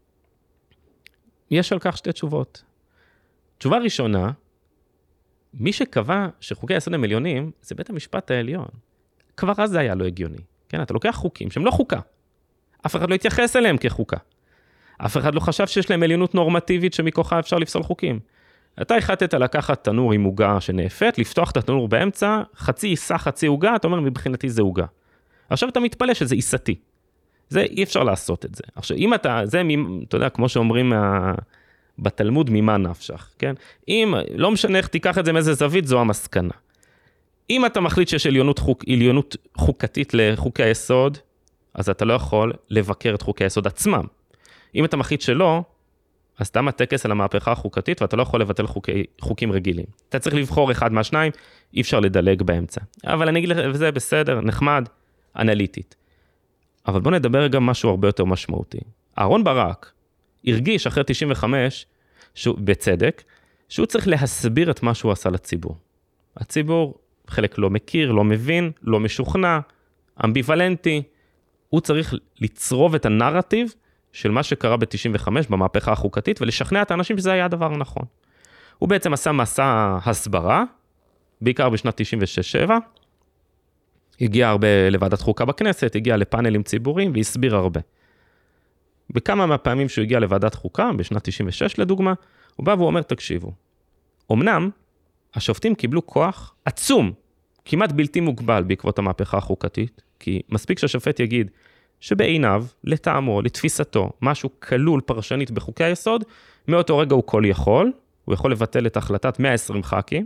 יש על כך שתי תשובות. תשובה ראשונה, מי שקבע שחוקי היסוד הם עליונים, זה בית המשפט העליון. כבר אז זה היה לא הגיוני. כן, אתה לוקח חוקים שהם לא חוקה. אף אחד לא התייחס אליהם כחוקה. אף אחד לא חשב שיש להם עליונות נורמטיבית שמכוחה אפשר לפסול חוקים. אתה החלטת לקחת תנור עם עוגה שנאפת, לפתוח את התנור באמצע, חצי עיסה, חצי עוגה, אתה אומר, מבחינתי זה עוגה. עכשיו אתה מתפלא שזה עיסתי. זה אי אפשר לעשות את זה. עכשיו, אם אתה, זה, אתה יודע, כמו שאומרים מה, בתלמוד, ממה נפשך, כן? אם, לא משנה איך תיקח את זה מאיזה זווית, זו המסקנה. אם אתה מחליט שיש עליונות, חוק, עליונות חוקתית לחוקי היסוד, אז אתה לא יכול לבקר את חוקי היסוד עצמם. אם אתה מחליט שלא, אז תם הטקס על המהפכה החוקתית, ואתה לא יכול לבטל חוקי, חוקים רגילים. אתה צריך לבחור אחד מהשניים, אי אפשר לדלג באמצע. אבל אני אגיד לך, וזה בסדר, נחמד, אנליטית. אבל בוא נדבר גם משהו הרבה יותר משמעותי. אהרון ברק הרגיש אחרי תשעים וחמש, שהוא, בצדק, שהוא צריך להסביר את מה שהוא עשה לציבור. הציבור חלק לא מכיר, לא מבין, לא משוכנע, אמביוולנטי. הוא צריך לצרוב את הנרטיב של מה שקרה ב-תשעים וחמש במהפכה החוקתית, ולשכנע את האנשים שזה היה הדבר הנכון. הוא בעצם עשה מסע הסברה, בעיקר בשנת תשעים ושש שבע, הגיע הרבה לוועדת חוקה בכנסת, הגיע לפאנלים ציבוריים והסביר הרבה. בכמה מהפעמים שהוא הגיע לוועדת חוקה, בשנת תשעים ושש לדוגמה, הוא בא והוא אומר, תקשיבו, אמנם השופטים קיבלו כוח עצום, כמעט בלתי מוגבל בעקבות המהפכה החוקתית, כי מספיק שהשופט יגיד שבעיניו, לטעמו, לתפיסתו, משהו כלול פרשנית בחוקי היסוד, מאותו רגע הוא כל יכול, הוא יכול לבטל את החלטת מאה ועשרים ח"כים,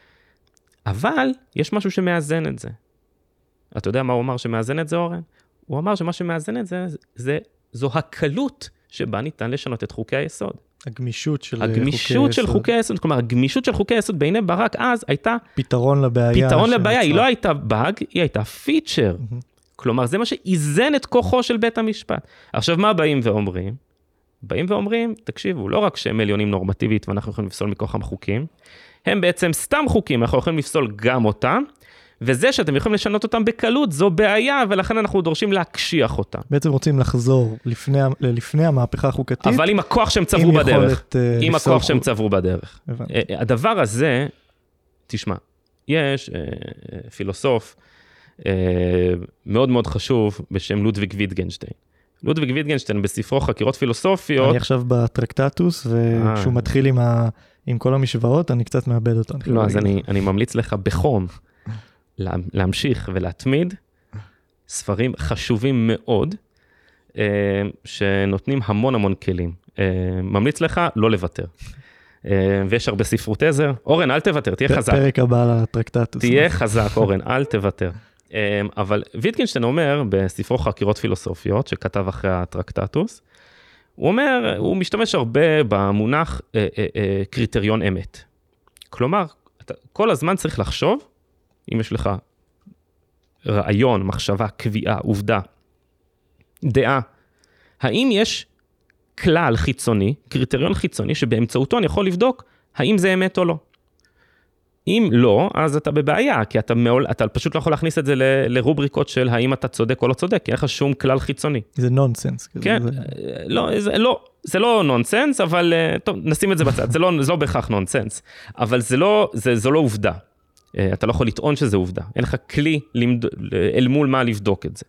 אבל יש משהו שמאזן את זה. אתה יודע מה הוא אמר שמאזן את זה, אורן? הוא אמר שמה שמאזן את זה, זה זו הקלות שבה ניתן לשנות את חוקי היסוד. הגמישות של הגמישות חוקי של היסוד. חוקי היסוד, כלומר, הגמישות של חוקי היסוד בעיני ברק אז הייתה פתרון לבעיה. פתרון לבעיה, היא לא הייתה באג, היא הייתה פיצ'ר. Mm-hmm. כלומר, זה מה שאיזן את כוחו של בית המשפט. עכשיו, מה באים ואומרים? באים ואומרים, תקשיבו, לא רק שהם עליונים נורמטיבית ואנחנו יכולים לפסול מכוחם חוקים, הם בעצם סתם חוקים, אנחנו יכולים לפסול גם אותם, וזה שאתם יכולים לשנות אותם בקלות, זו בעיה, ולכן אנחנו דורשים להקשיח אותם. בעצם רוצים לחזור לפני, לפני המהפכה החוקתית. אבל עם הכוח שהם צברו בדרך. יכולת, עם uh, הכוח שהם צברו בדרך. הבנתי. הדבר הזה, תשמע, יש uh, פילוסוף uh, מאוד מאוד חשוב בשם לודוויג ויטגנשטיין. לודוויג ויטגנשטיין בספרו חקירות פילוסופיות. אני עכשיו בטרקטטוס, וכשהוא מתחיל עם, ה... עם כל המשוואות, אני קצת מאבד אותן. לא, אז אני, אני ממליץ לך בחום להמשיך ולהתמיד ספרים חשובים מאוד, שנותנים המון המון כלים. ממליץ לך לא לוותר. ויש הרבה ספרות עזר. אורן, אל תוותר, תהיה חזק. פרק הבא לטרקטטוס. תהיה חזק, אורן, אל תוותר. אבל ויטגנשטיין אומר בספרו חקירות פילוסופיות, שכתב אחרי הטרקטטוס, הוא אומר, הוא משתמש הרבה במונח אה, אה, אה, קריטריון אמת. כלומר, אתה כל הזמן צריך לחשוב, אם יש לך רעיון, מחשבה, קביעה, עובדה, דעה, האם יש כלל חיצוני, קריטריון חיצוני, שבאמצעותו אני יכול לבדוק האם זה אמת או לא. אם לא, אז אתה בבעיה, כי אתה, מעול, אתה פשוט לא יכול להכניס את זה ל, לרובריקות של האם אתה צודק או לא צודק, כי אין לך שום כלל חיצוני. זה נונסנס. כן, זה... לא, זה, לא, זה לא נונסנס, אבל טוב, נשים את זה בצד, זה לא, זה לא בהכרח נונסנס, אבל זה לא, זה, זה לא עובדה. אתה לא יכול לטעון שזה עובדה, אין לך כלי למד... אל מול מה לבדוק את זה.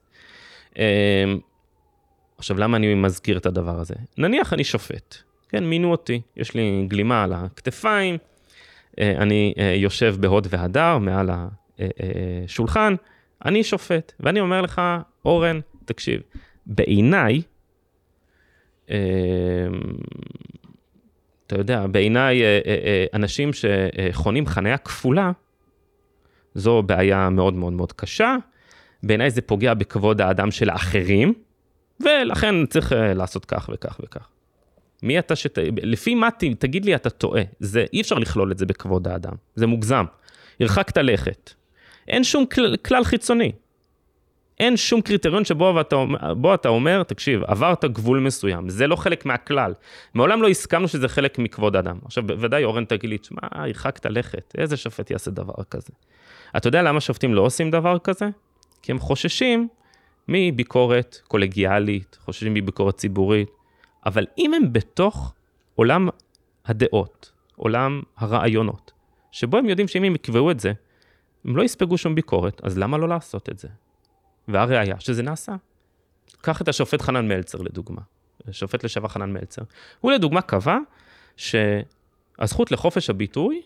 עכשיו, למה אני מזכיר את הדבר הזה? נניח אני שופט, כן, מינו אותי, יש לי גלימה על הכתפיים, אני יושב בהוד והדר מעל השולחן, אני שופט, ואני אומר לך, אורן, תקשיב, בעיניי, אתה יודע, בעיניי אנשים שחונים חניה כפולה, זו בעיה מאוד מאוד מאוד קשה, בעיניי זה פוגע בכבוד האדם של האחרים, ולכן צריך לעשות כך וכך וכך. מי אתה שת... לפי מה תגיד לי אתה טועה, זה, אי אפשר לכלול את זה בכבוד האדם, זה מוגזם, הרחקת לכת, אין שום כל, כלל חיצוני, אין שום קריטריון שבו אתה, בו אתה אומר, תקשיב, עברת גבול מסוים, זה לא חלק מהכלל, מעולם לא הסכמנו שזה חלק מכבוד האדם, עכשיו בוודאי אורן תגיד לי, תשמע, הרחקת לכת, איזה שופט יעשה דבר כזה? אתה יודע למה שופטים לא עושים דבר כזה? כי הם חוששים מביקורת קולגיאלית, חוששים מביקורת ציבורית, אבל אם הם בתוך עולם הדעות, עולם הרעיונות, שבו הם יודעים שאם הם יקבעו את זה, הם לא יספגו שום ביקורת, אז למה לא לעשות את זה? והראיה שזה נעשה. קח את השופט חנן מלצר לדוגמה, השופט לשעבר חנן מלצר. הוא לדוגמה קבע שהזכות לחופש הביטוי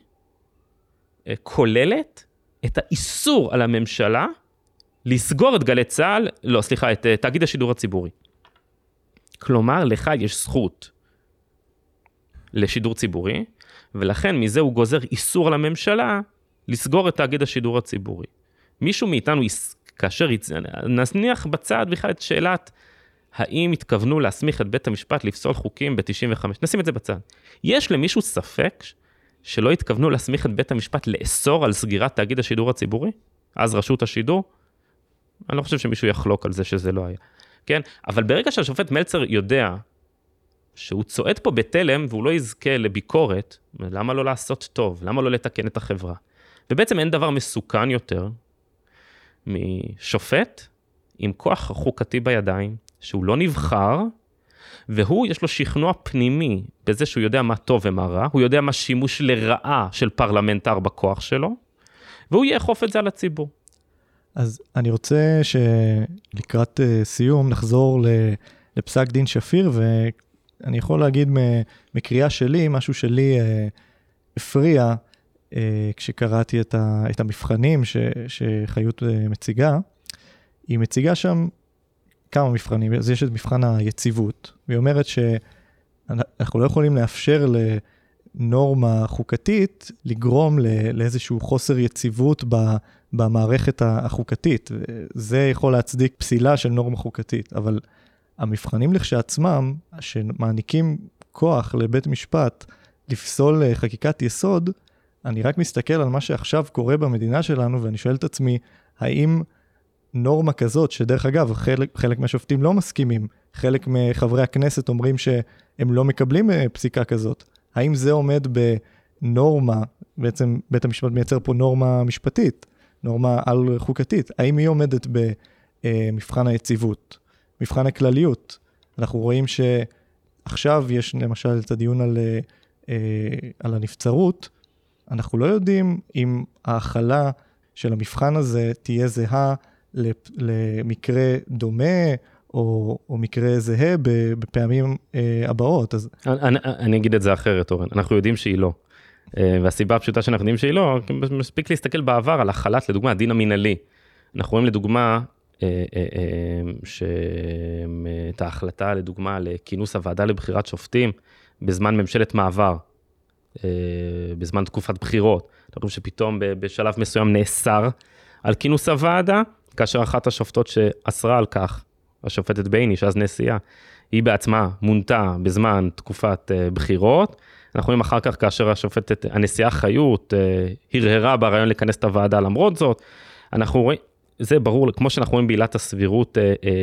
כוללת את האיסור על הממשלה לסגור את גלי צה"ל, לא, סליחה, את תאגיד השידור הציבורי. כלומר, לך יש זכות לשידור ציבורי, ולכן מזה הוא גוזר איסור על הממשלה לסגור את תאגיד השידור הציבורי. מישהו מאיתנו, כאשר נניח בצד בכלל את שאלת, האם התכוונו להסמיך את בית המשפט לפסול חוקים ב-תשעים וחמש? נשים את זה בצד. יש למישהו ספק שלא התכוונו להסמיך את בית המשפט לאסור על סגירת תאגיד השידור הציבורי? אז רשות השידור? אני לא חושב שמישהו יחלוק על זה שזה לא היה. כן? אבל ברגע שהשופט מלצר יודע שהוא צועד פה בתלם והוא לא יזכה לביקורת, למה לא לעשות טוב? למה לא לתקן את החברה? ובעצם אין דבר מסוכן יותר משופט עם כוח חוקתי בידיים, שהוא לא נבחר, והוא יש לו שכנוע פנימי בזה שהוא יודע מה טוב ומה רע, הוא יודע מה שימוש לרעה של פרלמנטר בכוח שלו, והוא יאכוף את זה על הציבור. אז אני רוצה שלקראת סיום נחזור לפסק דין שפיר, ואני יכול להגיד מקריאה שלי, משהו שלי הפריע, כשקראתי את המבחנים שחיות מציגה, היא מציגה שם כמה מבחנים, אז יש את מבחן היציבות, והיא אומרת שאנחנו לא יכולים לאפשר לנורמה חוקתית לגרום לאיזשהו חוסר יציבות במערכת החוקתית. זה יכול להצדיק פסילה של נורמה חוקתית, אבל המבחנים לכשעצמם, שמעניקים כוח לבית משפט לפסול חקיקת יסוד, אני רק מסתכל על מה שעכשיו קורה במדינה שלנו, ואני שואל את עצמי, האם נורמה כזאת, שדרך אגב, חלק, חלק מהשופטים לא מסכימים, חלק מחברי הכנסת אומרים שהם לא מקבלים פסיקה כזאת, האם זה עומד בנורמה, בעצם בית המשפט מייצר פה נורמה משפטית, נורמה על חוקתית, האם היא עומדת במבחן היציבות, מבחן הכלליות? אנחנו רואים שעכשיו יש למשל את הדיון על, על הנבצרות, אנחנו לא יודעים אם ההחלה של המבחן הזה תהיה זהה למקרה דומה, או, או מקרה זהה בפעמים אה, הבאות. אז... אני, אני אגיד את זה אחרת, אורן. אנחנו יודעים שהיא לא. אה, והסיבה הפשוטה שאנחנו יודעים שהיא לא, מספיק להסתכל בעבר על החלת, לדוגמה, הדין המינהלי. אנחנו רואים לדוגמה, אה, אה, אה, שאת ההחלטה, לדוגמה, לכינוס הוועדה לבחירת שופטים, בזמן ממשלת מעבר, אה, בזמן תקופת בחירות. אנחנו רואים שפתאום בשלב מסוים נאסר על כינוס הוועדה, כאשר אחת השופטות שאסרה על כך, השופטת בייני, שאז נשיאה, היא בעצמה מונתה בזמן תקופת uh, בחירות. אנחנו רואים אחר כך, כאשר השופטת, הנשיאה חיות, uh, הרהרה ברעיון לכנס את הוועדה למרות זאת. אנחנו רואים, זה ברור, כמו שאנחנו רואים בעילת הסבירות, uh, uh,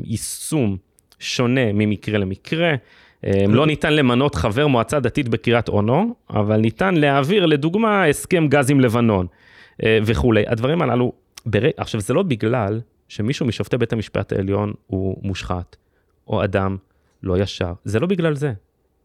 יישום שונה ממקרה למקרה. Uh, לא ניתן למנות חבר מועצה דתית בקריית אונו, אבל ניתן להעביר לדוגמה הסכם גז עם לבנון uh, וכו'. הדברים הללו, בר... עכשיו זה לא בגלל שמישהו משופטי בית המשפט העליון הוא מושחת, או אדם לא ישר. זה לא בגלל זה.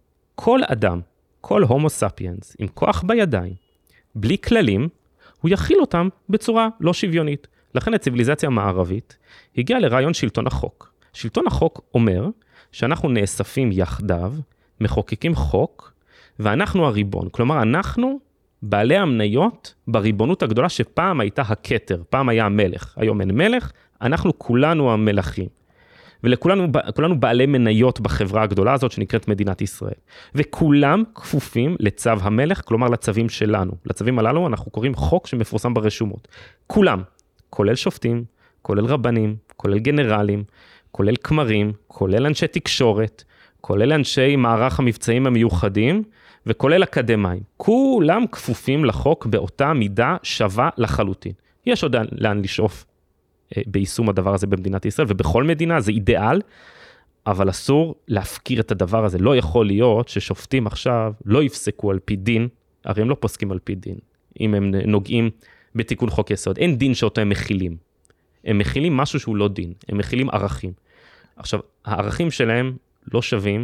כל אדם, כל הומו ספיאנס, עם כוח בידיים, בלי כללים, הוא יכיל אותם בצורה לא שוויונית. לכן הציביליזציה המערבית הגיעה לרעיון שלטון החוק. שלטון החוק אומר שאנחנו נאספים יחדיו, מחוקקים חוק, ואנחנו הריבון. כלומר, אנחנו בעלי המניות בריבונות הגדולה שפעם הייתה הכתר, פעם היה המלך, היום אין מלך, אנחנו כולנו המלכים. ולכולנו כולנו בעלי מניות בחברה הגדולה הזאת שנקראת מדינת ישראל. וכולם כפופים לצו המלך, כלומר לצווים שלנו. לצווים הללו אנחנו קוראים חוק שמפורסם ברשומות. כולם, כולל שופטים, כולל רבנים, כולל גנרלים, כולל כמרים, כולל אנשי תקשורת, כולל אנשי מערך המבצעים המיוחדים, וכולל אקדמיים. כולם כפופים לחוק באותה מידה שווה לחלוטין. יש עוד לאן לשאוף ביישום הדבר הזה במדינת ישראל, ובכל מדינה זה אידיאל, אבל אסור להפקיר את הדבר הזה. לא יכול להיות ששופטים עכשיו לא יפסקו על פי דין, הרי הם לא פוסקים על פי דין, אם הם נוגעים בתיקון חוק יסוד. אין דין שאותו הם מכילים. הם מכילים משהו שהוא לא דין, הם מכילים ערכים. עכשיו, הערכים שלהם לא שווים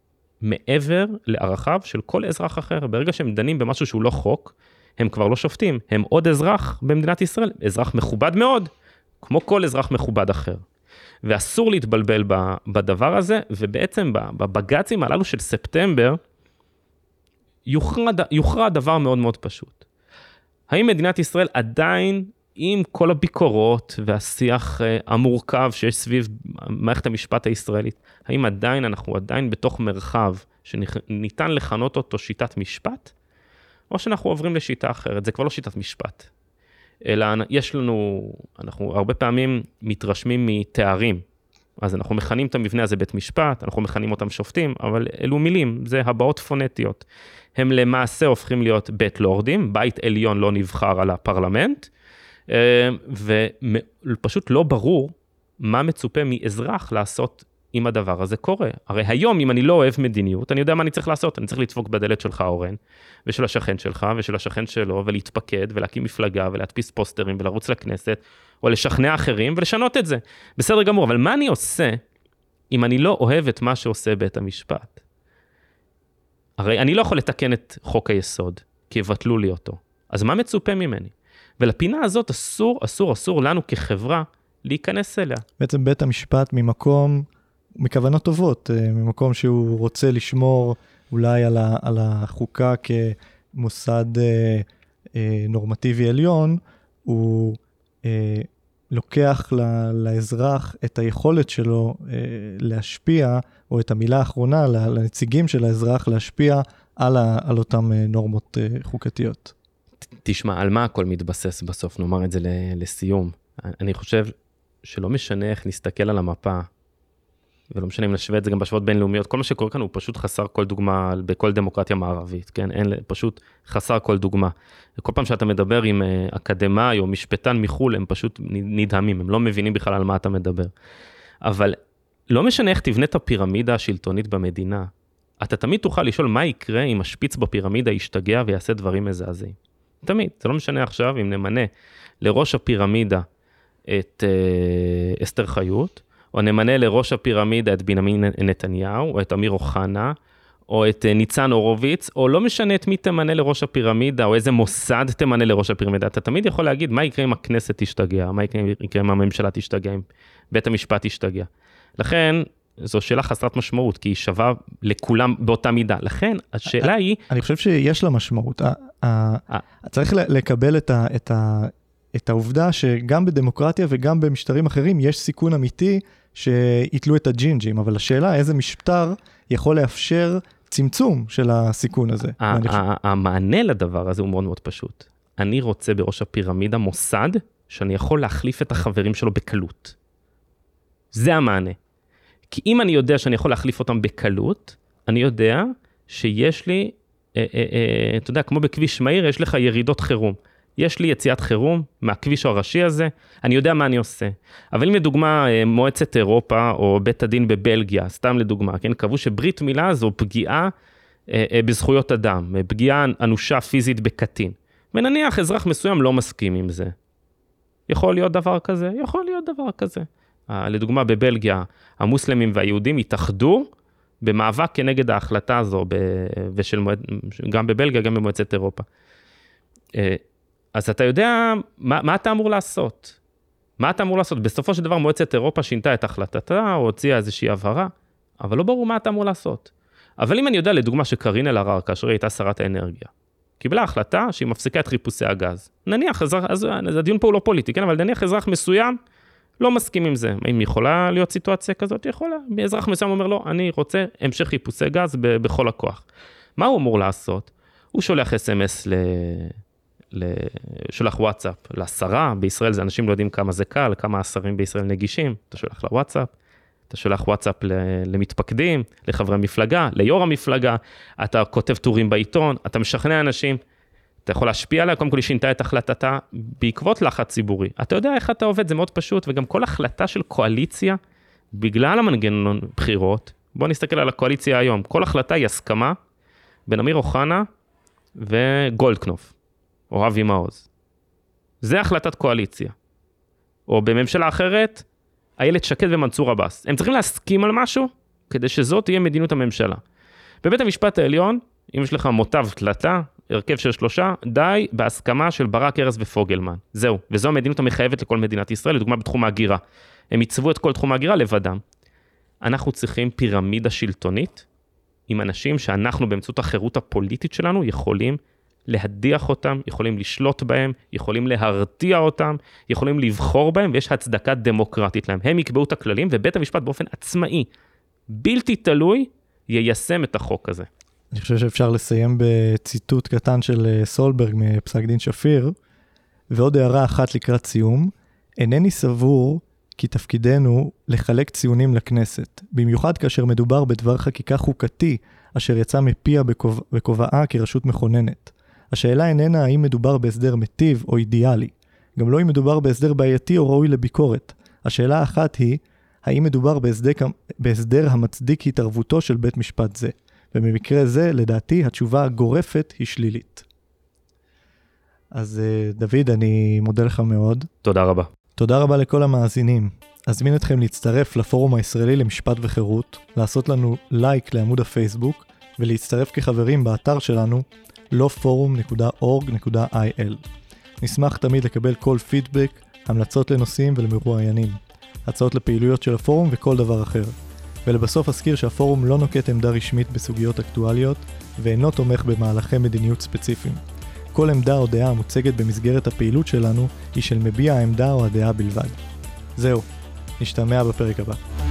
מעבר לערכיו של כל אזרח אחר. ברגע שהם דנים במשהו שהוא לא חוק, הם כבר לא שופטים, הם עוד אזרח במדינת ישראל, אזרח מכובד מאוד, כמו כל אזרח מכובד אחר. ואסור להתבלבל בדבר הזה, ובעצם בבג"צים הללו של ספטמבר, יוכרע, יוכרע דבר מאוד מאוד פשוט. האם מדינת ישראל עדיין, עם כל הביקורות והשיח המורכב שיש סביב מערכת המשפט הישראלית, האם עדיין, אנחנו עדיין בתוך מרחב שניתן לכנות אותו שיטת משפט, או שאנחנו עוברים לשיטה אחרת, זה כבר לא שיטת משפט. אלא יש לנו, אנחנו הרבה פעמים מתרשמים מתארים, אז אנחנו מכנים את המבנה הזה בית משפט, אנחנו מכנים אותם שופטים, אבל אלו מילים, זה הבאות פונטיות. הם למעשה הופכים להיות בית לורדים, בית עליון לא נבחר על הפרלמנט, ופשוט לא ברור מה מצופה מאזרח לעשות אם הדבר הזה קורה. הרי היום, אם אני לא אוהב מדיניות, אני יודע מה אני צריך לעשות. אני צריך לדפוק בדלת שלך, אורן, ושל השכן שלך, ושל השכן שלו, ולהתפקד, ולהקים מפלגה, ולהדפיס פוסטרים, ולרוץ לכנסת, או לשכנע אחרים, ולשנות את זה. בסדר גמור, אבל מה אני עושה, אם אני לא אוהב את מה שעושה בית המשפט? הרי אני לא יכול לתקן את חוק היסוד, כי יבטלו לי אותו. אז מה מצופה ממני? ולפינה הזאת אסור, אסור, אסור לנו כחברה להיכנס אליה. בעצם בית המשפט ממקום, מכוונות טובות, ממקום שהוא רוצה לשמור אולי על, ה, על החוקה כמוסד אה, אה, נורמטיבי עליון, הוא אה, לוקח לאזרח את היכולת שלו להשפיע, או את המילה האחרונה לנציגים של האזרח להשפיע על, ה, על אותם נורמות חוקתיות. תשמע, על מה הכל מתבסס בסוף? נאמר את זה לסיום. אני חושב שלא משנה איך נסתכל על המפה, ולא משנה אם נשווה את זה גם בשוואות בינלאומיות, כל מה שקורה כאן הוא פשוט חסר כל דוגמה בכל דמוקרטיה מערבית, כן? אין, פשוט חסר כל דוגמה. כל פעם שאתה מדבר עם אקדמאי או משפטן מחול, הם פשוט נדהמים, הם לא מבינים בכלל על מה אתה מדבר. אבל לא משנה איך תבנה את הפירמידה השלטונית במדינה, אתה תמיד תוכל לשאול מה יקרה אם השפיץ בפירמידה ישתגע ויעשה דברים מזעזעים. תמיד, זה לא משנה עכשיו אם נמנה לראש הפירמידה את אה, אסתר חיות, או נמנה לראש הפירמידה את בנימין נתניהו, או את אמיר אוחנה, או את ניצן הורוביץ, או לא משנה את מי תמנה לראש הפירמידה, או איזה מוסד תמנה לראש הפירמידה. אתה תמיד יכול להגיד מה יקרה אם הכנסת תשתגע, מה יקרה, יקרה אם הממשלה תשתגע, אם בית המשפט תשתגע. לכן, זו שאלה חסרת משמעות, כי היא שווה לכולם באותה מידה. לכן, השאלה היא... אני חושב שיש לה משמעות. צריך לקבל את ה... את העובדה שגם בדמוקרטיה וגם במשטרים אחרים יש סיכון אמיתי שיתלו את הג'ינג'ים, אבל השאלה איזה משטר יכול לאפשר צמצום של הסיכון הזה. המענה לדבר הזה הוא מאוד מאוד פשוט. אני רוצה בראש הפירמידה מוסד שאני יכול להחליף את החברים שלו בקלות. זה המענה. כי אם אני יודע שאני יכול להחליף אותם בקלות, אני יודע שיש לי, אתה יודע, כמו בכביש מהיר, יש לך ירידות חירום. יש לי יציאת חירום מהכביש הראשי הזה, אני יודע מה אני עושה. אבל אם לדוגמה מועצת אירופה או בית הדין בבלגיה, סתם לדוגמה, כן, קבעו שברית מילה זו פגיעה אה, אה, בזכויות אדם, פגיעה אנושה פיזית בקטין. ונניח אזרח מסוים לא מסכים עם זה. יכול להיות דבר כזה? יכול להיות דבר כזה. אה, לדוגמה בבלגיה, המוסלמים והיהודים התאחדו במאבק כנגד ההחלטה הזו, ב, ושל, גם בבלגיה, גם במועצת אירופה. אה, אז אתה יודע, מה, מה אתה אמור לעשות? מה אתה אמור לעשות? בסופו של דבר מועצת אירופה שינתה את החלטתה, או הוציאה איזושהי הבהרה, אבל לא ברור מה אתה אמור לעשות. אבל אם אני יודע, לדוגמה, שקרין אלהרר, כאשר היא הייתה שרת האנרגיה, קיבלה החלטה שהיא מפסיקה את חיפושי הגז. נניח, אזרח, אז, אז הדיון פה הוא לא פוליטי, כן? אבל נניח אזרח מסוים לא מסכים עם זה. אם יכולה להיות סיטואציה כזאת? יכולה. אזרח מסוים אומר לו, אני רוצה המשך חיפושי גז ב- בכל הכוח. מה הוא אמור לעשות? הוא שולח אס אם אס ל... שולח וואטסאפ לשרה, בישראל זה אנשים לא יודעים כמה זה קל, כמה השרים בישראל נגישים, אתה שולח לוואטסאפ, אתה שולח וואטסאפ למתפקדים, לחברי מפלגה, ליו"ר המפלגה, אתה כותב טורים בעיתון, אתה משכנע אנשים, אתה יכול להשפיע עליה, קודם כל היא שינתה את החלטתה בעקבות לחץ ציבורי. אתה יודע איך אתה עובד, זה מאוד פשוט, וגם כל החלטה של קואליציה, בגלל המנגנון בחירות, בוא נסתכל על הקואליציה היום, כל החלטה היא הסכמה בין אמיר אוחנה וגולדקנופ. או אבי מעוז. זה החלטת קואליציה. או בממשלה אחרת, איילת שקד ומנסור עבאס. הם צריכים להסכים על משהו, כדי שזאת תהיה מדיניות הממשלה. בבית המשפט העליון, אם יש לך מוטב תלתה, הרכב של שלושה, די בהסכמה של ברק, ארז ופוגלמן. זהו. וזו המדיניות המחייבת לכל מדינת ישראל, לדוגמה בתחום ההגירה. הם ייצבו את כל תחום ההגירה לבדם. אנחנו צריכים פירמידה שלטונית, עם אנשים שאנחנו באמצעות החירות הפוליטית שלנו יכולים להדיח אותם, יכולים לשלוט בהם, יכולים להרתיע אותם, יכולים לבחור בהם, ויש הצדקה דמוקרטית להם. הם יקבעו את הכללים, ובית המשפט באופן עצמאי, בלתי תלוי, יישם את החוק הזה. אני חושב שאפשר לסיים בציטוט קטן של סולברג מפסק דין שפיר, ועוד הערה אחת לקראת סיום, אינני סבור כי תפקידנו לחלק ציונים לכנסת, במיוחד כאשר מדובר בדבר חקיקה חוקתי, אשר יצא מפיה בכובעה כרשות מכוננת. השאלה איננה האם מדובר בהסדר מטיב או אידיאלי, גם לא אם מדובר בהסדר בעייתי או ראוי לביקורת. השאלה האחת היא, האם מדובר בהסדר, בהסדר המצדיק התערבותו של בית משפט זה, ובמקרה זה, לדעתי, התשובה הגורפת היא שלילית. אז דוד, אני מודה לך מאוד. תודה רבה. תודה רבה לכל המאזינים. אזמין אתכם להצטרף לפורום הישראלי למשפט וחירות, לעשות לנו לייק לעמוד הפייסבוק, ולהצטרף כחברים באתר שלנו, לא פורום נקודה אורג נקודה איי אל. נשמח תמיד לקבל כל פידבק, המלצות לנושאים ולמרואיינים, הצעות לפעילויות של הפורום וכל דבר אחר. ולבסוף אזכיר שהפורום לא נוקט עמדה רשמית בסוגיות אקטואליות, ואינו תומך במהלכי מדיניות ספציפיים. כל עמדה או דעה המוצגת במסגרת הפעילות שלנו היא של מביע העמדה או הדעה בלבד. זהו, נשתמע בפרק הבא.